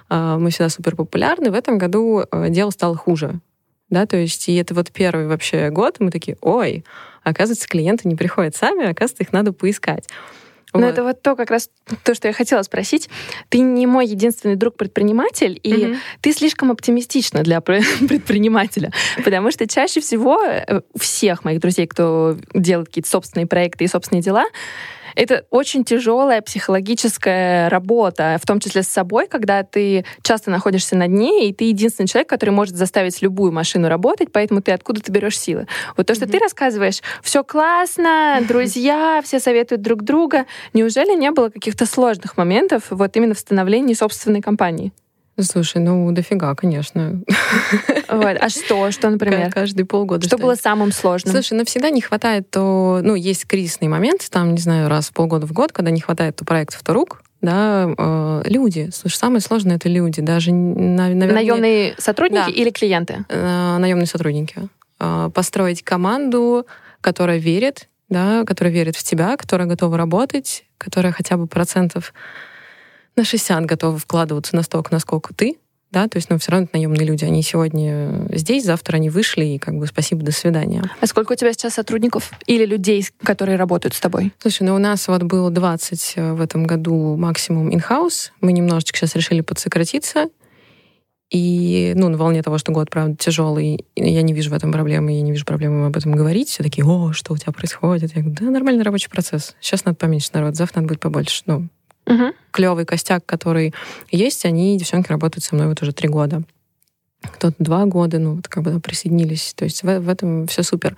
Мы всегда супер популярны. В этом году дело стало хуже. Да, то есть и это вот первый вообще год, мы такие, ой, оказывается, клиенты не приходят сами, оказывается, их надо поискать. Но вот. Это вот то, как раз то, что я хотела спросить. Ты не мой единственный друг-предприниматель, и mm-hmm. ты слишком оптимистична для предпринимателя, потому что чаще всего всех моих друзей, кто делает какие-то собственные проекты и собственные дела, это очень тяжелая психологическая работа, в том числе с собой, когда ты часто находишься на дне, и ты единственный человек, который может заставить любую машину работать, поэтому ты откуда-то берешь силы. Вот то, что mm-hmm. ты рассказываешь, все классно, друзья, все советуют друг друга. Неужели не было каких-то сложных моментов вот именно в становлении собственной компании? Слушай, ну дофига, конечно. Вот. А что? Что, например? Каждые полгода. Что, что было самым сложным? Слушай, ну всегда не хватает, то, ну есть кризисный момент, там, не знаю, раз в полгода в год, когда не хватает то проектов, то рук, да, э, люди. Слушай, самое сложное — это люди. Даже, наверное... Наемные сотрудники да. или клиенты? Э, наемные сотрудники. Э, построить команду, которая верит, да, которая верит в тебя, которая готова работать, которая хотя бы процентов на шестьдесят готовы вкладываться настолько, насколько ты, да, то есть, ну, все равно это наемные люди, они сегодня здесь, завтра они вышли, и как бы спасибо, до свидания. А сколько у тебя сейчас сотрудников или людей, которые работают с тобой? Слушай, ну, у нас вот было двадцать в этом году максимум in-house, мы немножечко сейчас решили подсократиться, и, ну, на волне того, что год, правда, тяжелый, я не вижу в этом проблемы, я не вижу проблемы об этом говорить, все такие, о, что у тебя происходит? Я говорю, да, нормальный рабочий процесс, сейчас надо поменьше народ, завтра надо будет побольше, ну, Uh-huh. клевый костяк, который есть, они, девчонки, работают со мной вот уже три года. Кто-то два года, ну, вот как бы присоединились. То есть в, в этом все супер.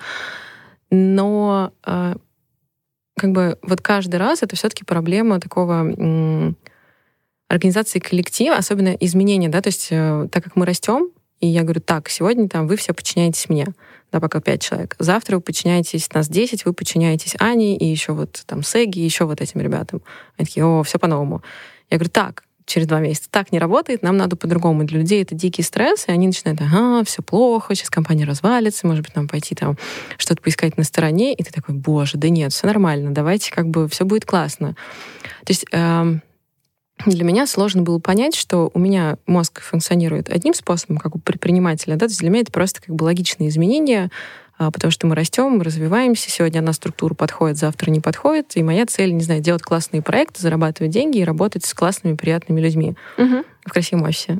Но э, как бы вот каждый раз это все-таки проблема такого м, организации коллектива, особенно изменения, да, то есть э, так как мы растем, и я говорю, так, сегодня там вы все подчиняетесь мне, да, пока пять человек. Завтра вы подчиняетесь, нас десять, вы подчиняетесь Ане и еще вот там Сэги, и еще вот этим ребятам. Они такие, о, все по-новому. Я говорю, так, через два месяца так не работает, нам надо по-другому. Для людей это дикий стресс, и они начинают, ага, все плохо, сейчас компания развалится, может быть, нам пойти там что-то поискать на стороне, и ты такой, боже, да нет, все нормально, давайте как бы все будет классно. То есть эм, для меня сложно было понять, что у меня мозг функционирует одним способом, как у предпринимателя, да, то есть для меня это просто как бы логичные изменения, потому что мы растем, мы развиваемся, сегодня одна структура подходит, завтра не подходит, и моя цель, не знаю, делать классные проекты, зарабатывать деньги и работать с классными, приятными людьми угу. в красивом офисе.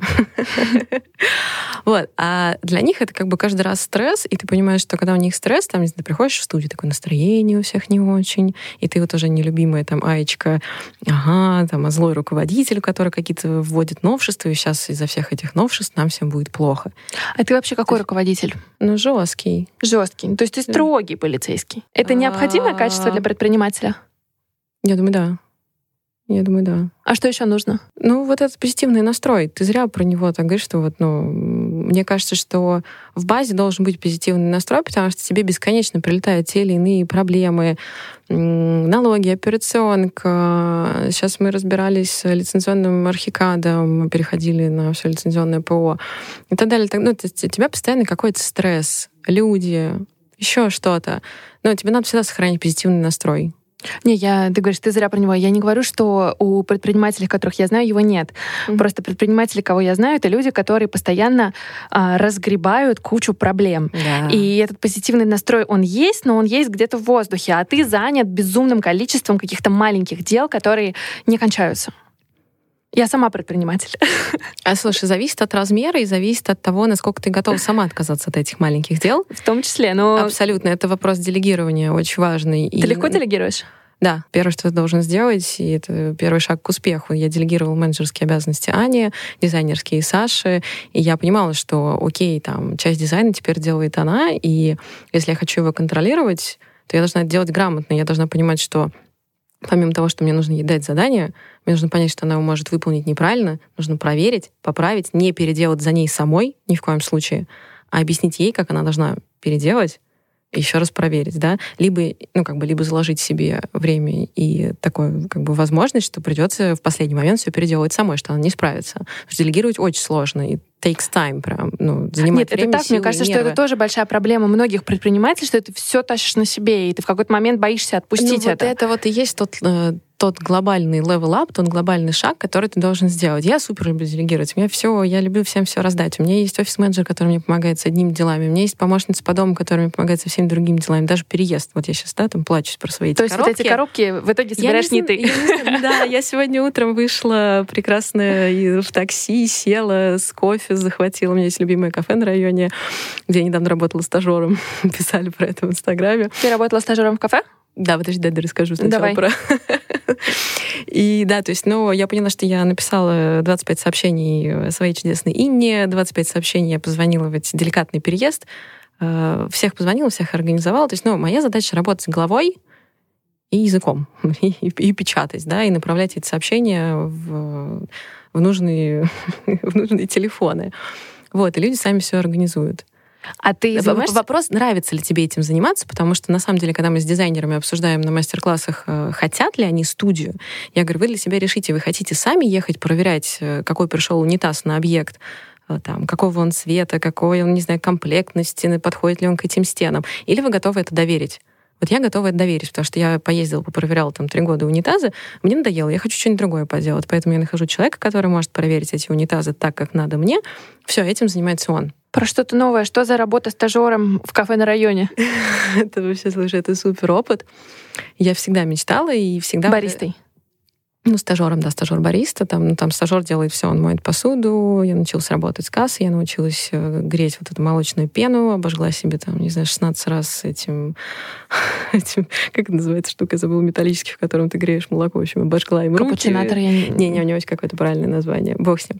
Вот. А для них это как бы каждый раз стресс, и ты понимаешь, что когда у них стресс, там, ты приходишь в студию, такое настроение у всех не очень, и ты вот уже нелюбимая там Аечка, ага, там, а злой руководитель, который какие-то вводит новшества, и сейчас из-за всех этих новшеств нам всем будет плохо. А ты вообще какой руководитель? Ну, жесткий. Жесткий. То есть ты строгий полицейский. Это необходимое качество для предпринимателя? Я думаю, да. Я думаю, да. А что еще нужно? Ну, вот этот позитивный настрой. Ты зря про него так говоришь, что вот, ну, мне кажется, что в базе должен быть позитивный настрой, потому что тебе бесконечно прилетают те или иные проблемы, налоги, операционка. Сейчас мы разбирались с лицензионным архикадом, мы переходили на все лицензионное ПО и так далее. Ну, то есть у тебя постоянно какой-то стресс, люди, еще что-то. Но тебе надо всегда сохранить позитивный настрой. Не, я, ты говоришь, ты зря про него. Я не говорю, что у предпринимателей, которых я знаю, его нет. Mm-hmm. Просто предприниматели, кого я знаю, это люди, которые постоянно а, разгребают кучу проблем. Yeah. И этот позитивный настрой, он есть, но он есть где-то в воздухе, а ты занят безумным количеством каких-то маленьких дел, которые не кончаются. Я сама предприниматель. А слушай, зависит от размера и зависит от того, насколько ты готова сама отказаться от этих маленьких дел. В том числе, но... Абсолютно. Это вопрос делегирования очень важный. Ты и... легко делегируешь? Да. Первое, что ты должен сделать, и это первый шаг к успеху. Я делегировала менеджерские обязанности Ане, дизайнерские Саше, и я понимала, что окей, там, часть дизайна теперь делает она, и если я хочу его контролировать, то я должна это делать грамотно. Я должна понимать, что помимо того, что мне нужно ей дать задание, мне нужно понять, что она его может выполнить неправильно, нужно проверить, поправить, не переделать за ней самой ни в коем случае, а объяснить ей, как она должна переделать, еще раз проверить, да, либо, ну, как бы, либо заложить себе время и такую, как бы, возможность, что придется в последний момент все переделать самой, что она не справится. Потому что делегировать очень сложно, и takes time прям, ну, занимает Нет, время, это так, силы, мне кажется, нервы. что это тоже большая проблема многих предпринимателей, что ты все тащишь на себе, и ты в какой-то момент боишься отпустить ну, это. Вот это вот и есть тот, э, тот глобальный level up, тот глобальный шаг, который ты должен сделать. Я супер люблю делегировать. У меня все, я люблю всем все раздать. У меня есть офис-менеджер, который мне помогает с одними делами. У меня есть помощница по дому, которая мне помогает со всеми другими делами. Даже переезд. Вот я сейчас, да, там плачусь про свои эти То есть коробки. вот эти коробки в итоге собираешь не, не ты. Я, да, я сегодня утром вышла прекрасно и в такси, села с кофе, захватила. У меня есть любимое кафе на районе, где я недавно работала стажером. Писали про это в Инстаграме. Ты работала стажером в кафе? Да, подожди, дай расскажу сначала Давай. про... И да, то есть, ну, я поняла, что я написала двадцать пять сообщений своей чудесной Инне, двадцать пять сообщений я позвонила в эти деликатный переезд, всех позвонила, всех организовала. То есть, ну, моя задача работать головой и языком, и, и, и печатать, да, и направлять эти сообщения в, в, нужные, в нужные телефоны. Вот, и люди сами все организуют. А ты занимаешься... Вопрос, нравится ли тебе этим заниматься, потому что, на самом деле, когда мы с дизайнерами обсуждаем на мастер-классах, хотят ли они студию, я говорю, вы для себя решите, вы хотите сами ехать проверять, какой пришел унитаз на объект, там, какого он цвета, какой он, не знаю, комплектности, подходит ли он к этим стенам, или вы готовы это доверить? Вот я готова это доверить, потому что я поездила, попроверяла там три года унитазы, мне надоело, я хочу что-нибудь другое поделать, поэтому я нахожу человека, который может проверить эти унитазы так, как надо мне. Все, этим занимается он. Про что-то новое. Что за работа стажером в кафе на районе? Это вообще, слушай, это супер опыт. Я всегда мечтала и всегда... Баристой. Ну, стажером, да, стажер-бариста. Там, ну, там стажер делает все, он моет посуду. Я научилась работать с кассой, я научилась греть вот эту молочную пену, обожгла себе там, не знаю, шестнадцать раз этим, этим как это называется штука, я забыла, металлический, в котором ты греешь молоко, в общем, обожгла им руки. Капучинатор, я не... Не, не, у него есть какое-то правильное название. Бог с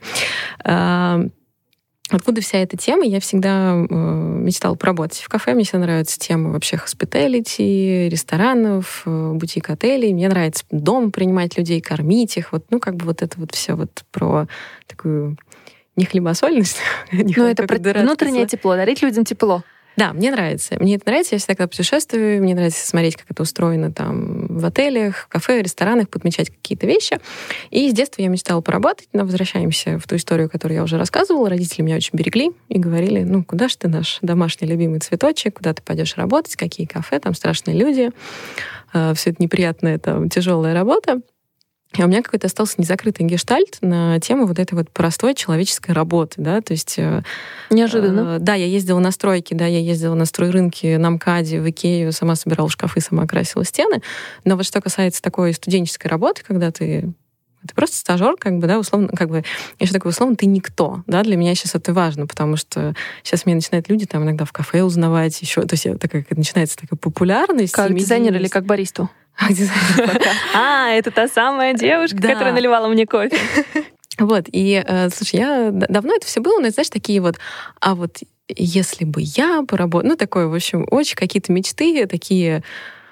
ним. Откуда вся эта тема? Я всегда э, мечтала поработать в кафе. Мне всегда нравится тема вообще hospitality, ресторанов, э, бутик-отелей. Мне нравится дома принимать людей, кормить их. Вот, ну, как бы вот это вот все вот про такую не хлебосольность. Ну, это про внутреннее тепло, дарить людям тепло. Да, мне нравится. Мне это нравится. Я всегда, когда путешествую, мне нравится смотреть, как это устроено там в отелях, в кафе, ресторанах, подмечать какие-то вещи. И с детства я мечтала поработать, но возвращаемся в ту историю, которую я уже рассказывала. Родители меня очень берегли и говорили, ну, куда ж ты наш домашний любимый цветочек, куда ты пойдешь работать, какие кафе, там страшные люди, все это неприятная, там, тяжелая работа. И у меня какой-то остался незакрытый гештальт на тему вот этой вот простой человеческой работы, да, то есть... Неожиданно. Э, да, я ездила на стройки, да, я ездила на стройрынки, на МКАДе, в Икею, сама собирала шкафы, сама красила стены, но вот что касается такой студенческой работы, когда ты Ты просто стажер, как бы, да, условно, как бы, еще такое условно, ты никто, да, для меня сейчас это важно, потому что сейчас меня начинают люди там иногда в кафе узнавать, еще, то есть такая, начинается такая популярность. Как дизайнер или как баристу? Как дизайнер пока. А, это та самая девушка, которая наливала мне кофе. Вот, и, слушай, я давно это все было, но, знаешь, такие вот, а вот если бы я поработала, ну, такое, в общем, очень какие-то мечты, такие...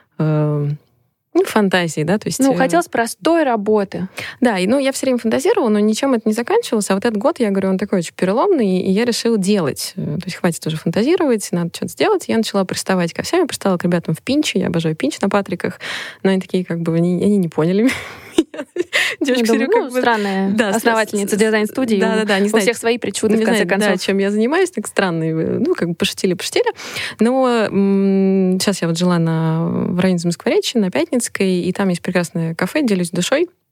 Ну, фантазии, да, то есть... Ну, хотелось простой работы. Да, и, ну, я все время фантазировала, но ничем это не заканчивалось. А вот этот год, я говорю, он такой очень переломный, и я решила делать. То есть хватит уже фантазировать, надо что-то сделать. Я начала приставать ко всем, я приставала к ребятам в Пинче, я обожаю Пинч на Патриках, но они такие, как бы, они, они не поняли меня. Девочка, думаю, ну, как бы, странная да, основательница дизайн-студии. Да, да, да, не у знаю, всех свои причуды, в конце знаю, концов. Да, чем я занимаюсь, так странные. Ну, как бы пошутили-пошутили. Но м- сейчас я вот жила на, в районе Замоскворечья, на Пятницкой, и там есть прекрасное кафе «Делюсь душой».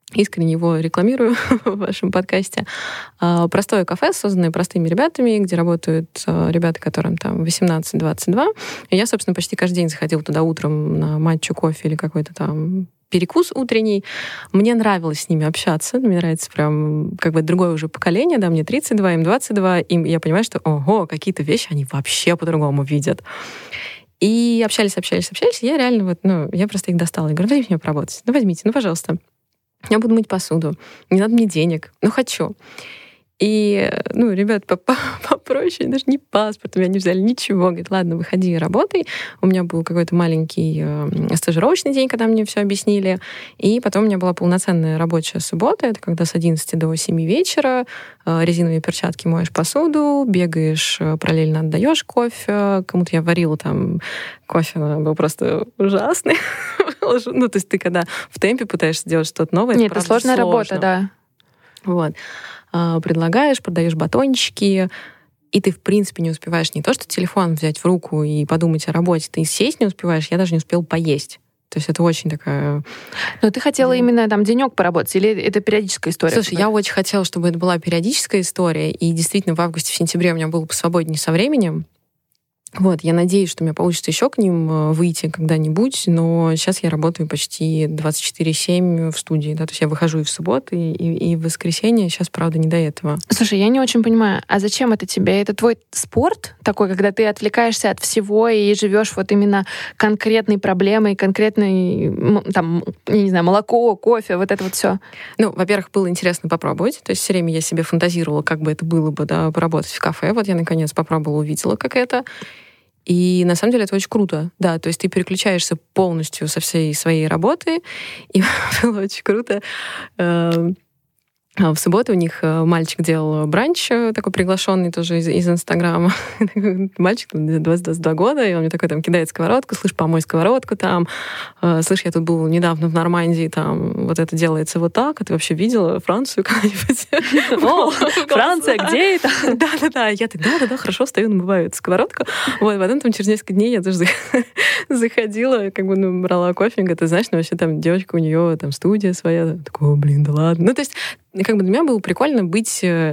искренне его рекламирую в вашем подкасте. Простое кафе, созданное простыми ребятами, где работают ребята, которым там восемнадцать-двадцать два. И я, собственно, почти каждый день заходила туда утром на матчу, кофе или какой-то там перекус утренний. Мне нравилось с ними общаться. Мне нравится прям как бы другое уже поколение. Да, мне тридцать два, им двадцать два. И я понимаю, что, ого, какие-то вещи они вообще по-другому видят. И общались, общались, общались. И я реально вот, ну, я просто их достала. Я говорю, дайте мне поработать. Ну, возьмите, ну, пожалуйста. Я буду мыть посуду. Не надо мне денег. Ну, хочу. И, ну, ребят, попроще, даже не паспорт, у меня не взяли ничего. Говорит, ладно, выходи и работай. У меня был какой-то маленький э, стажировочный день, когда мне все объяснили. И потом у меня была полноценная рабочая суббота. Это когда с одиннадцати до семи вечера э, резиновые перчатки моешь посуду, бегаешь, э, параллельно отдаешь кофе. Кому-то я варила там кофе, он был просто ужасный. Ну, то есть ты когда в темпе пытаешься делать что-то новое, Нет, это сложная работа, да. Вот. Предлагаешь, продаешь батончики, и ты, в принципе, не успеваешь не то, что телефон взять в руку и подумать о работе, ты сесть не успеваешь, я даже не успела поесть. То есть это очень такая... Но ты хотела именно там денек поработать, или это периодическая история? Слушай, я очень хотела, чтобы это была периодическая история, и действительно в августе, в сентябре у меня было посвободнее со временем. Вот, я надеюсь, что у меня получится еще к ним выйти когда-нибудь, но сейчас я работаю почти двадцать четыре семь в студии, да, то есть я выхожу и в субботу, и, и, и в воскресенье, сейчас, правда, не до этого. Слушай, я не очень понимаю, а зачем это тебе? Это твой спорт такой, когда ты отвлекаешься от всего и живешь вот именно конкретной проблемой, конкретной, там, я не знаю, молоко, кофе, вот это вот все. Ну, во-первых, было интересно попробовать, то есть все время я себе фантазировала, как бы это было бы, да, поработать в кафе, вот я, наконец, попробовала, увидела, как это. И на самом деле это очень круто. Да, то есть ты переключаешься полностью со всей своей работы, и было очень круто. В субботу у них мальчик делал бранч, такой приглашенный тоже из, из Инстаграма. Мальчик, двадцать два года, и он мне такой там кидает сковородку, слышь, помой сковородку там. Слышь, я тут был недавно в Нормандии, там вот это делается вот так. А ты вообще видела Францию когда-нибудь? О, Франция, где это? Да-да-да. Я так, да-да-да, хорошо, стою, намываю эту сковородку. Вот, потом там через несколько дней я тоже заходила, как бы, ну, брала кофе, говорит, ты знаешь, ну, вообще там девочка, у нее там студия своя. Такой, блин, да ладно. Ну, то есть как бы для меня было прикольно быть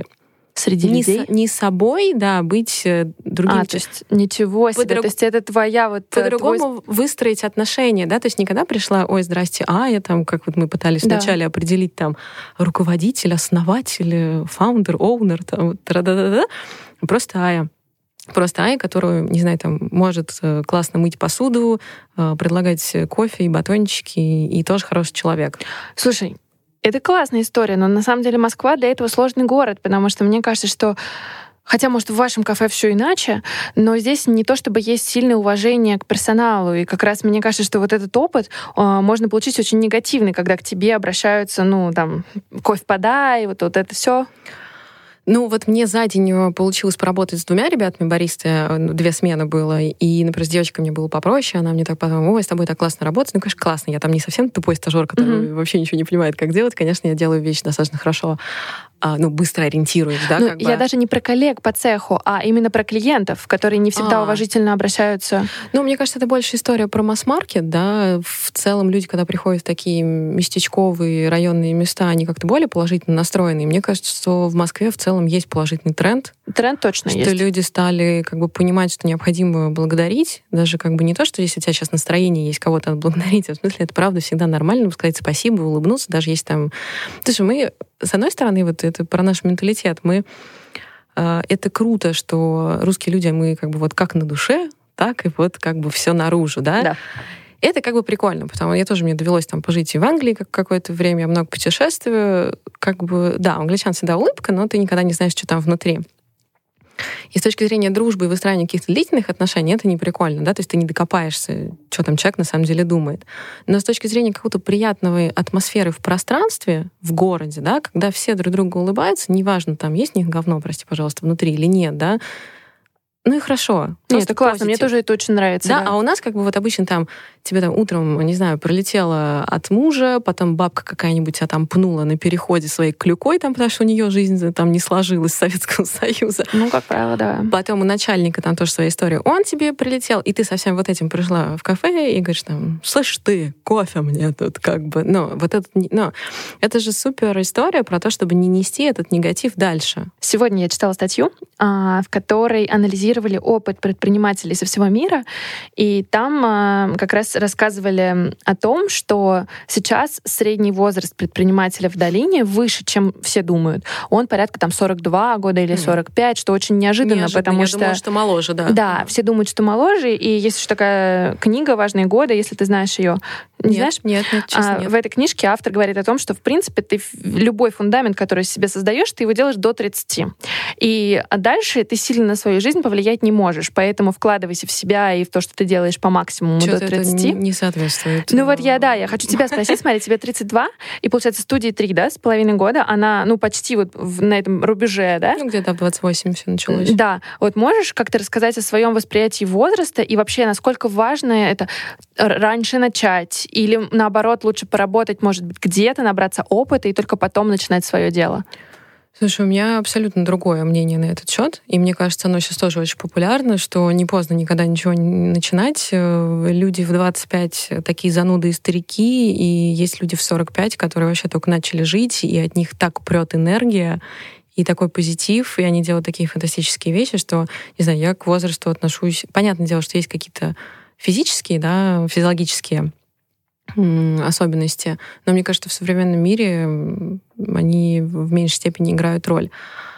среди не людей? С, не собой, да, быть другим. А, то есть ничего себе, Подруг... то есть это твоя вот... По-другому твой... выстроить отношения, да, то есть никогда пришла, ой, здрасте, а я там, как вот мы пытались да. вначале определить там руководитель, основатель, фаундер, оунер, там, вот, да-да-да, просто Ая. Просто Ая, которую, не знаю, там, может классно мыть посуду, предлагать кофе и батончики, и тоже хороший человек. Слушай, это классная история, но на самом деле Москва для этого сложный город, потому что мне кажется, что хотя, может, в вашем кафе все иначе, но здесь не то чтобы есть сильное уважение к персоналу. И как раз мне кажется, что вот этот опыт э, можно получить очень негативный, когда к тебе обращаются, ну, там, кофе подай, вот, вот это все. Ну, вот мне за день получилось поработать с двумя ребятами, баристы, две смены было, и, например, с девочкой мне было попроще, она мне так потом, ой, с тобой так классно работать. Ну, конечно, классно, я там не совсем тупой стажер, который mm-hmm. вообще ничего не понимает, как делать. Конечно, я делаю вещи достаточно хорошо, а, ну, быстро ориентируюсь, да, ну, как я бы. даже не про коллег по цеху, а именно про клиентов, которые не всегда а. уважительно обращаются. Ну, мне кажется, это больше история про масс-маркет, да. В целом люди, когда приходят в такие местечковые районные места, они как-то более положительно настроены. И мне кажется, что в Москве в целом есть положительный тренд. Тренд точно что есть. Что люди стали как бы понимать, что необходимо благодарить. Даже как бы не то, что если у тебя сейчас настроение есть кого-то отблагодарить, а в смысле это правда всегда нормально, сказать спасибо, улыбнуться, даже если там... Слушай, мы, с одной стороны, вот это про наш менталитет, мы... Э, это круто, что русские люди, мы как бы вот как на душе, так и вот как бы все наружу, да? Да. Это как бы прикольно, потому что я тоже, мне довелось там пожить и в Англии как какое-то время, я много путешествую, как бы, да, у англичан всегда улыбка, но ты никогда не знаешь, что там внутри. И с точки зрения дружбы и выстраивания каких-то длительных отношений это не прикольно, да, то есть ты не докопаешься, что там человек на самом деле думает. Но с точки зрения какой-то приятной атмосферы в пространстве, в городе, да, когда все друг другу улыбаются, неважно, там есть у них говно, прости, пожалуйста, внутри или нет, да, ну и хорошо. Нет, это классно, позитив. Мне тоже это очень нравится. Да, да, а у нас как бы вот обычно там тебе там утром, не знаю, пролетела от мужа, потом бабка какая-нибудь тебя там пнула на переходе своей клюкой, там, потому что у нее жизнь там не сложилась с Советского Союза. Ну, как правило, да. Потом у начальника там тоже своя история. Он тебе прилетел, и ты со всем вот этим пришла в кафе и говоришь там, слышь ты, кофе мне тут как бы. Ну, вот это, ну, это же супер история про то, чтобы не нести этот негатив дальше. Сегодня я читала статью, в которой анализировали опыт предпринимателей со всего мира, и там как раз рассказывали о том, что сейчас средний возраст предпринимателя в долине выше, чем все думают. Он порядка там сорок два года или сорок пять, что очень неожиданно, неожиданно потому я что... думала, что моложе, да. Да, все думают, что моложе, и есть еще такая книга «Важные годы», если ты знаешь ее. Не нет, знаешь? Нет, нет, честно, а, нет. В этой книжке автор говорит о том, что, в принципе, ты любой фундамент, который себе создаешь, ты его делаешь до тридцати. И дальше ты сильно на свою жизнь повлиять не можешь. Поэтому вкладывайся в себя и в то, что ты делаешь по максимуму Что-то до тридцати. это не соответствует. Ну вот я, да, я хочу тебя спросить, смотри, тебе тридцать два, и, получается, студии три, да, с половиной года, она, ну, почти вот в, на этом рубеже, да? Ну, где-то в двадцать восемь все началось. Да. Вот можешь как-то рассказать о своем восприятии возраста и вообще, насколько важно это раньше начать или, наоборот, лучше поработать, может быть, где-то, набраться опыта и только потом начинать свое дело? Слушай, у меня абсолютно другое мнение на этот счет, и мне кажется, оно сейчас тоже очень популярно, что не поздно никогда ничего не начинать. Люди в двадцать пять такие зануды и старики, и есть люди в сорок пять, которые вообще только начали жить, и от них так прет энергия, и такой позитив, и они делают такие фантастические вещи, что, не знаю, я к возрасту отношусь... Понятное дело, что есть какие-то физические, да, физиологические особенности, но мне кажется, в современном мире они в меньшей степени играют роль.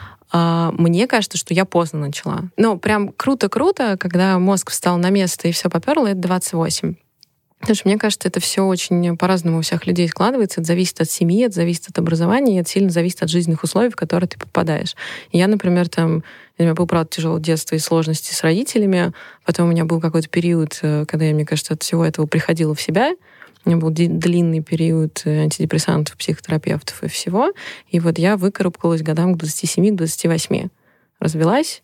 А мне кажется, что я поздно начала. Ну, прям круто-круто, когда мозг встал на место и все поперло, это двадцать восемь. Потому что мне кажется, это все очень по-разному у всех людей складывается. Это зависит от семьи, это зависит от образования, и это сильно зависит от жизненных условий, в которые ты попадаешь. И я, например, там, у меня был, правда, тяжелое детство и сложности с родителями. Потом у меня был какой-то период, когда я, мне кажется, от всего этого приходила в себя. У меня был длинный период антидепрессантов, психотерапевтов и всего. И вот я выкарабкалась годам к двадцати семи, к двадцати восьми. Развелась,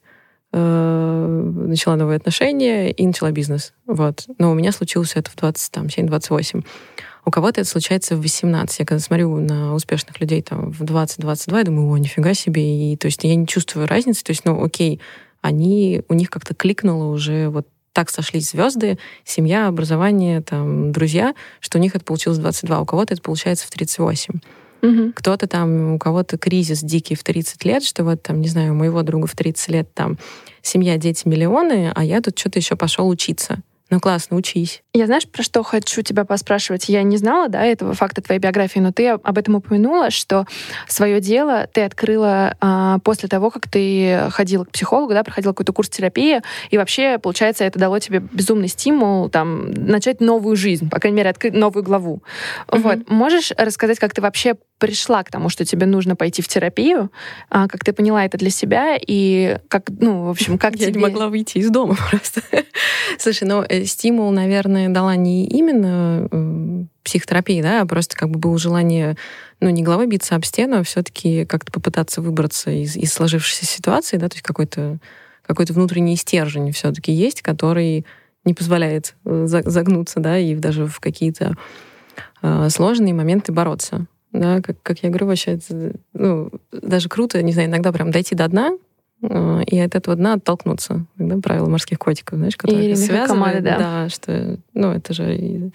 начала новые отношения и начала бизнес. Вот. Но у меня случилось это в двадцать семь - двадцать восемь. У кого-то это случается в восемнадцать. Я когда смотрю на успешных людей там, в двадцать - двадцать два, я думаю, о, нифига себе. И, то есть я не чувствую разницы. То есть, ну, окей, они, у них как-то кликнуло уже вот так сошлись звезды, семья, образование, там, друзья, что у них это получилось в двадцать два, у кого-то это получается в тридцать восемь. Угу. Кто-то там, у кого-то кризис дикий в тридцать лет, что вот там, не знаю, у моего друга в тридцать лет там семья, дети, миллионы, а я тут что-то еще пошел учиться. Ну, классно, учись. Я, знаешь, про что хочу тебя поспрашивать? Я не знала, да, этого факта твоей биографии, но ты об этом упомянула, что свое дело ты открыла а, после того, как ты ходила к психологу, да, проходила какой-то курс терапии, и вообще, получается, это дало тебе безумный стимул там начать новую жизнь, по крайней мере, открыть новую главу. Mm-hmm. Вот. Можешь рассказать, как ты вообще пришла к тому, что тебе нужно пойти в терапию, а, как ты поняла это для себя, и как, ну, в общем, как тебе... Я не могла выйти из дома просто. Слушай, ну, стимул, наверное, дала не именно э, психотерапия, да, а просто как бы было желание, ну, не головой биться об стену, а все-таки как-то попытаться выбраться из, из сложившейся ситуации, да, то есть какой-то, какой-то внутренний стержень все-таки есть, который не позволяет загнуться, да, и даже в какие-то э, сложные моменты бороться. Да, как, как я говорю, вообще, это, ну, даже круто, не знаю, иногда прям дойти до дна, и от этого дна оттолкнуться. Да, правила морских котиков, знаешь, которые связывают. Да. да, что, ну, это же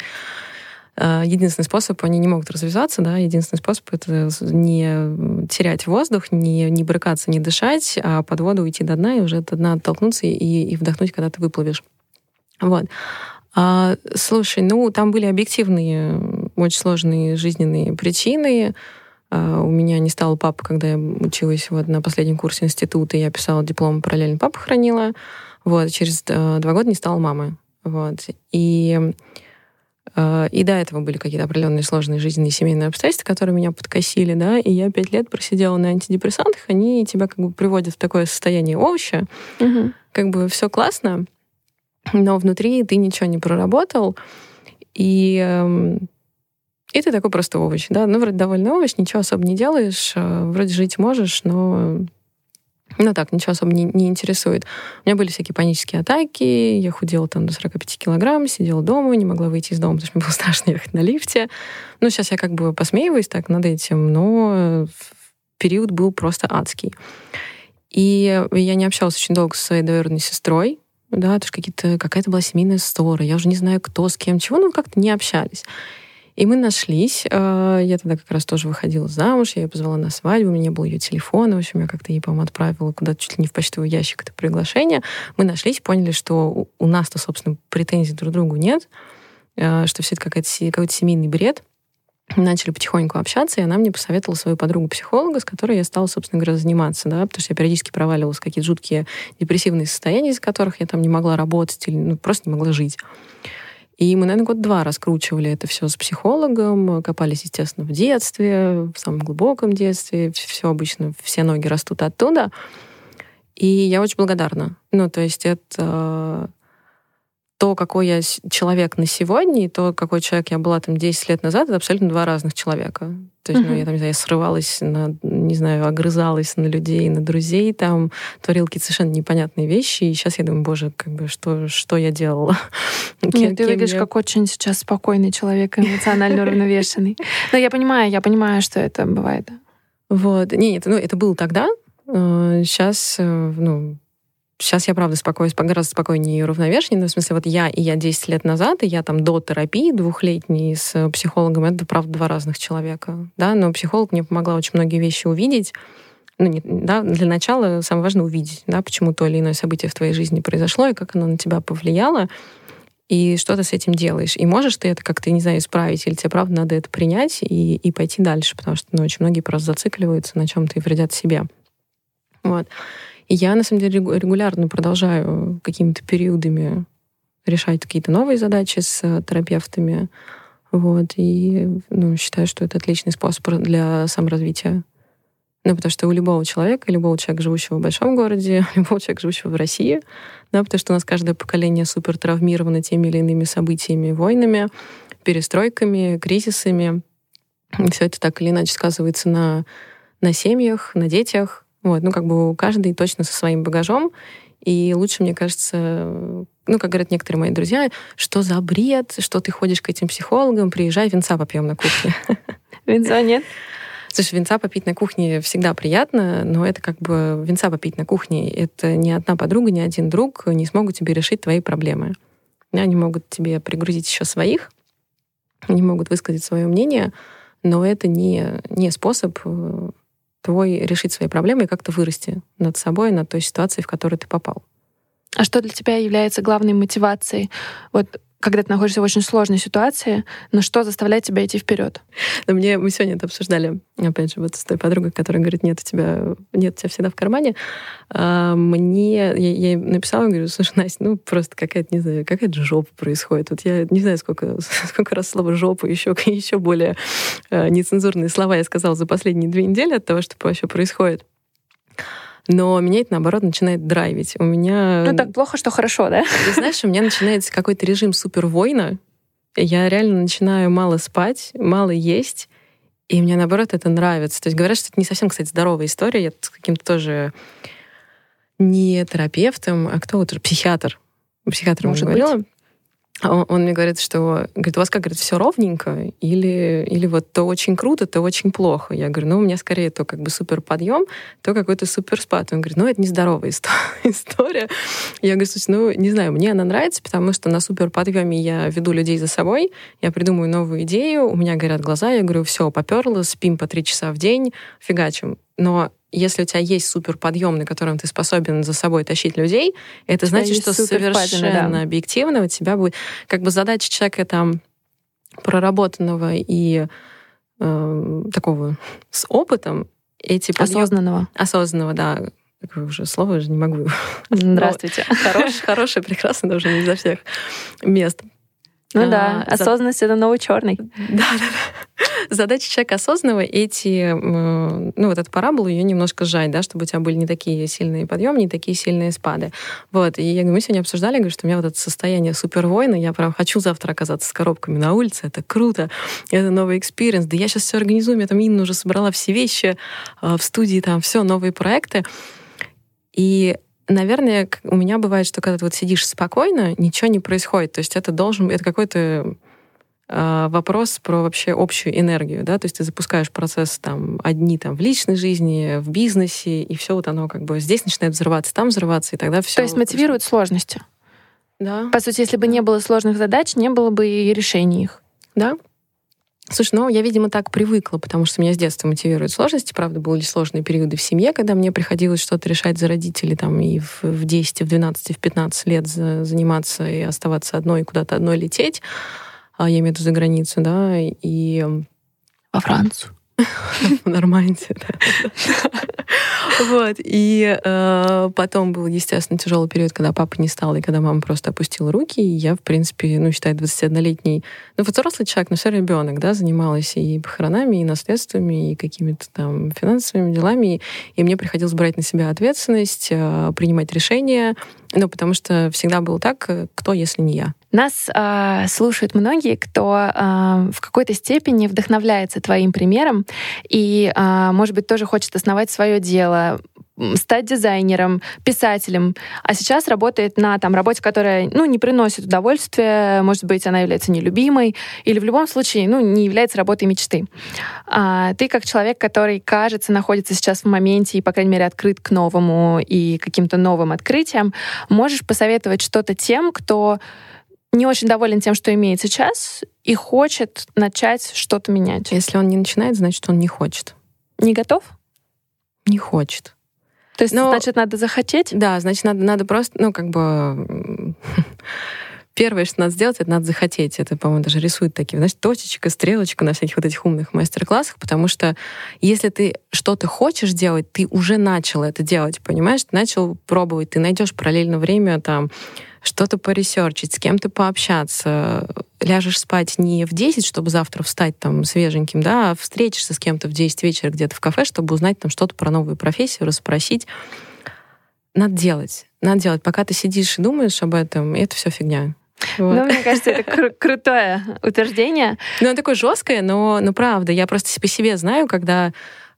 единственный способ, они не могут развязаться, да, единственный способ — это не терять воздух, не, не брыкаться, не дышать, а под воду уйти до дна, и уже от дна оттолкнуться и, и вдохнуть, когда ты выплывешь. Вот. А, слушай, ну, там были объективные, очень сложные жизненные причины. Uh, у меня не стало папы, когда я училась вот на последнем курсе института, я писала диплом, параллельно папу хранила. Вот. Через uh, два года не стало мамы. Вот. И, uh, и до этого были какие-то определенные сложные жизненные семейные обстоятельства, которые меня подкосили, да, и я пять лет просидела на антидепрессантах, они тебя как бы приводят в такое состояние овоща. Угу. Как бы все классно, но внутри ты ничего не проработал, и... Um, И ты такой просто овощ, да? Ну, вроде довольно овощ, ничего особо не делаешь, вроде жить можешь, но Ну так, ничего особо не, не интересует. У меня были всякие панические атаки, я худела там до сорок пять килограмм, сидела дома, не могла выйти из дома, потому что мне было страшно ехать на лифте. Ну, сейчас я как бы посмеиваюсь так над этим, но период был просто адский. И я не общалась очень долго со своей двоюродной сестрой, да, потому что какие-то, какая-то была семейная ссора, я уже не знаю, кто с кем, чего, ну, как-то не общались. И мы нашлись. Я тогда как раз тоже выходила замуж, я ее позвала на свадьбу, у меня не было ее телефона, в общем, я как-то ей, по-моему, отправила куда-то чуть ли не в почтовый ящик это приглашение. Мы нашлись, поняли, что у нас-то, собственно, претензий друг к другу нет, что все это какой-то, какой-то семейный бред. Начали потихоньку общаться, и она мне посоветовала свою подругу-психолога, с которой я стала, собственно говоря, заниматься, да, потому что я периодически проваливалась в какие-то жуткие депрессивные состояния, из которых я там не могла работать или ну, просто не могла жить. И мы, наверное, год-два раскручивали это все с психологом, копались, естественно, в детстве, в самом глубоком детстве. Все обычно, все ноги растут оттуда. И я очень благодарна. Ну, то есть это то, какой я человек на сегодня, и то, какой человек я была там десять лет назад, это абсолютно два разных человека. То есть, uh-huh. ну, я там, не знаю, я срывалась на, не знаю, огрызалась на людей, на друзей, там, творила какие-то совершенно непонятные вещи, и сейчас я думаю, боже, как бы, что, что я делала? Нет, ты выглядишь как очень сейчас спокойный человек, эмоционально уравновешенный. Но я понимаю, я понимаю, что это бывает. Вот. Нет, ну, это было тогда. Сейчас, ну, Сейчас я, правда, спокойно, гораздо спокойнее и уравновешеннее. Но в смысле, вот я и я десять лет назад, и я там до терапии двухлетней с психологом, это, правда, два разных человека. Да? Но психолог мне помогла очень многие вещи увидеть. Ну, не, да, для начала самое важное увидеть, да, почему то или иное событие в твоей жизни произошло, и как оно на тебя повлияло, и что ты с этим делаешь. И можешь ты это как-то, не знаю, исправить, или тебе, правда, надо это принять и, и пойти дальше, потому что ну, очень многие просто зацикливаются на чем-то и вредят себе. Вот. И я, на самом деле, регулярно продолжаю какими-то периодами решать какие-то новые задачи с терапевтами. Вот. И ну, считаю, что это отличный способ для саморазвития. Ну, потому что у любого человека, любого человека, живущего в большом городе, любого человека, живущего в России, да, потому что у нас каждое поколение супер травмировано теми или иными событиями, войнами, перестройками, кризисами. И все это так или иначе сказывается на, на семьях, на детях. Вот, ну, как бы каждый точно со своим багажом. И лучше, мне кажется, ну, как говорят некоторые мои друзья, что за бред, что ты ходишь к этим психологам, приезжай, винца попьем на кухне. Винца нет? Слушай, винца попить на кухне всегда приятно, но это как бы винца попить на кухне. Это ни одна подруга, ни один друг не смогут тебе решить твои проблемы. Они могут тебе пригрузить еще своих, они могут высказать свое мнение, но это не, не способ твой решить свои проблемы и как-то вырасти над собой, над той ситуацией, в которую ты попал. А что для тебя является главной мотивацией? Вот когда ты находишься в очень сложной ситуации, но что заставляет тебя идти вперед? Но мне, мы сегодня это обсуждали, опять же, вот с той подругой, которая говорит, нет у тебя, нет у тебя всегда в кармане. А мне, я, я ей написала, говорю, слушай, Настя, ну просто какая-то, не знаю, какая-то жопа происходит. Вот я не знаю, сколько, сколько раз слово «жопа», еще, еще более нецензурные слова я сказала за последние две недели от того, что вообще происходит. Но меня это, наоборот, начинает драйвить. У меня... Ну, так плохо, что хорошо, да? Ты знаешь, у меня начинается какой-то режим супервойна. Я реально начинаю мало спать, мало есть, и мне, наоборот, это нравится. То есть говорят, что это не совсем, кстати, здоровая история. Я с каким-то тоже не терапевтом, а кто вот, психиатр. Психиатр мне говорила. Он, он мне говорит, что говорит, у вас, как говорит, все ровненько, или, или вот то очень круто, то очень плохо. Я говорю, ну, у меня скорее то как бы супер подъем, то какой-то супер спад. Он говорит, ну, это нездоровая история. Я говорю, слушай, ну, не знаю, мне она нравится, потому что на супер подъеме я веду людей за собой, я придумаю новую идею, у меня горят глаза, я говорю, все, поперло, спим по три часа в день, фигачим. Но если у тебя есть суперподъем, на котором ты способен за собой тащить людей, это значит, что совершенно да. объективно у тебя будет... Как бы задача человека там проработанного и э, такого с опытом, эти подъем... Осознанного. Осознанного, да. Такое уже слово уже не могу. Здравствуйте. Хорошее, хорошее, прекрасное, но уже не изо всех мест. Ну а, да, осознанность за... — это новый черный. Да, да, да. Задача человека осознанного эти, ну вот эту параболу ее немножко сжать, да, чтобы у тебя были не такие сильные подъемы, не такие сильные спады. Вот, и я, мы сегодня обсуждали, говорю, что у меня вот это состояние супервойна, я прям хочу завтра оказаться с коробками на улице, это круто, это новый экспириенс, да я сейчас все организую, я там Инна уже собрала все вещи в студии, там все, новые проекты. И, наверное, у меня бывает, что когда ты вот сидишь спокойно, ничего не происходит. То есть это должен... Это какой-то э, вопрос про вообще общую энергию, да? То есть ты запускаешь процесс там одни там в личной жизни, в бизнесе, и все вот оно как бы здесь начинает взрываться, там взрываться, и тогда все... То есть мотивирует сложности. Да. По сути, если бы не было сложных задач, не было бы и решений их. Да. Слушай, ну, я, видимо, так привыкла, потому что меня с детства мотивируют сложности. Правда, были сложные периоды в семье, когда мне приходилось что-то решать за родителей, там, и в, в десять, в двенадцать, в пятнадцать лет за, заниматься и оставаться одной, и куда-то одной лететь. А я имею в виду за границу, да, и... Во Францию. Нормально. Вот. И э, потом был, естественно, тяжелый период, когда папа не стал, и когда мама просто опустила руки. И я, в принципе, ну, считаю, двадцатиоднолетний, ну, взрослый человек, но все ребенок, да, занималась и похоронами, и наследствами, и какими-то там финансовыми делами. И мне приходилось брать на себя ответственность, э, принимать решения, ну, потому что всегда было так, кто, если не я. Нас э, слушают многие, кто э, в какой-то степени вдохновляется твоим примером и, э, может быть, тоже хочет основать свое дело, стать дизайнером, писателем, а сейчас работает на там, работе, которая ну, не приносит удовольствия, может быть, она является нелюбимой, или в любом случае ну, не является работой мечты. А ты как человек, который, кажется, находится сейчас в моменте и, по крайней мере, открыт к новому и каким-то новым открытиям, можешь посоветовать что-то тем, кто не очень доволен тем, что имеет сейчас, и хочет начать что-то менять? Если он не начинает, значит, он не хочет. Не готов? Не хочет. То есть, Но, значит, надо захотеть? Да, значит, надо, надо просто, ну, как бы... Первое, что надо сделать, это надо захотеть. Это, по-моему, даже рисуют такие, знаешь, точечка, стрелочка на всяких вот этих умных мастер-классах, потому что если ты что-то хочешь делать, ты уже начал это делать, понимаешь? Ты начал пробовать, ты найдешь параллельно время там что-то поресерчить, с кем-то пообщаться, ляжешь спать не в десять, чтобы завтра встать там свеженьким, да, а встретишься с кем-то в десять вечера где-то в кафе, чтобы узнать там что-то про новую профессию, расспросить. Надо делать. Надо делать. Пока ты сидишь и думаешь об этом, это все фигня. Вот. Ну, мне кажется, это кру- крутое утверждение. Ну, оно такое жесткое, но, но правда. Я просто по себе знаю, когда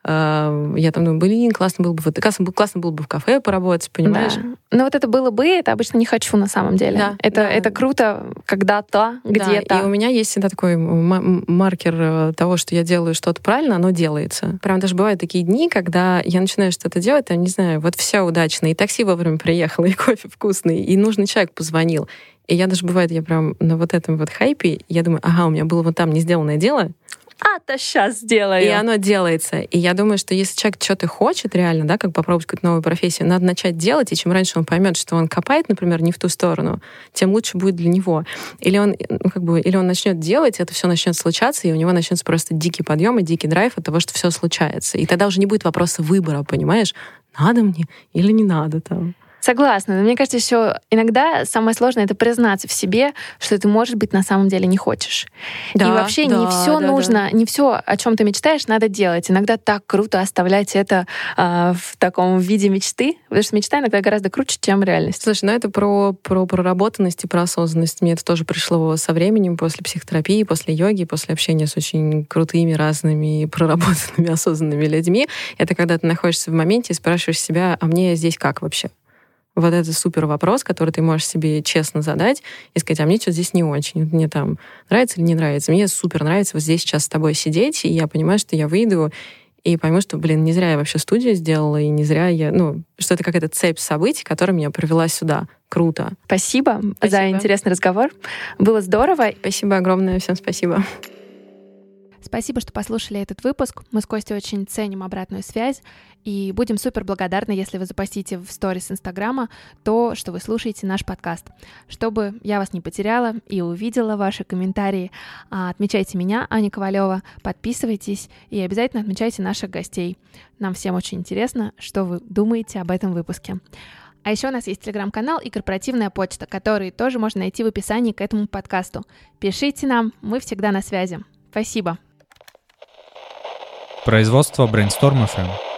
э, я там думаю, блин, классно было бы, вот, классно, классно было бы в кафе поработать, понимаешь? Да. Но вот это было бы, это обычно не хочу на самом деле. Да, это, да. это круто когда-то, где-то. Да, и у меня есть всегда такой м- маркер того, что я делаю что-то правильно, оно делается. Прям даже бывают такие дни, когда я начинаю что-то делать, там, не знаю, вот все удачно, и такси вовремя приехало, и кофе вкусный, и нужный человек позвонил. И я даже, бывает, я прям на вот этом вот хайпе, я думаю, ага, у меня было вот там не сделанное дело, А-то сейчас сделаю. И оно делается. И я думаю, что если человек что-то хочет реально, да, как попробовать какую-то новую профессию, надо начать делать, и чем раньше он поймет, что он копает, например, не в ту сторону, тем лучше будет для него. Или он, ну, как бы, или он начнет делать, это все начнет случаться, и у него начнется просто дикий подъем и дикий драйв от того, что все случается. И тогда уже не будет вопроса выбора, понимаешь? Надо мне или не надо там. Согласна. Но мне кажется, еще иногда самое сложное — это признаться в себе, что ты, может быть, на самом деле не хочешь. Да, и вообще да, не все да, нужно, да. не все, о чем ты мечтаешь, надо делать. Иногда так круто оставлять это э, в таком виде мечты, потому что мечта иногда гораздо круче, чем реальность. Слушай, ну это про, про проработанность и про осознанность. Мне это тоже пришло со временем, после психотерапии, после йоги, после общения с очень крутыми, разными, проработанными, осознанными людьми. Это когда ты находишься в моменте и спрашиваешь себя, а мне здесь как вообще? Вот это супер вопрос, который ты можешь себе честно задать и сказать, а мне что здесь не очень, мне там нравится или не нравится. Мне супер нравится вот здесь сейчас с тобой сидеть, и я понимаю, что я выйду и пойму, что, блин, не зря я вообще студию сделала, и не зря я, ну, что это какая-то цепь событий, которая меня привела сюда. Круто. Спасибо, спасибо за интересный разговор. Было здорово. Спасибо огромное, всем спасибо. Спасибо, что послушали этот выпуск. Мы с Костей очень ценим обратную связь и будем супер благодарны, если вы запостите в сторис Инстаграма то, что вы слушаете наш подкаст. Чтобы я вас не потеряла и увидела ваши комментарии, отмечайте меня, Аня Ковалева, подписывайтесь и обязательно отмечайте наших гостей. Нам всем очень интересно, что вы думаете об этом выпуске. А еще у нас есть телеграм-канал и корпоративная почта, которые тоже можно найти в описании к этому подкасту. Пишите нам, мы всегда на связи. Спасибо. Производство Brainstorm эф эм.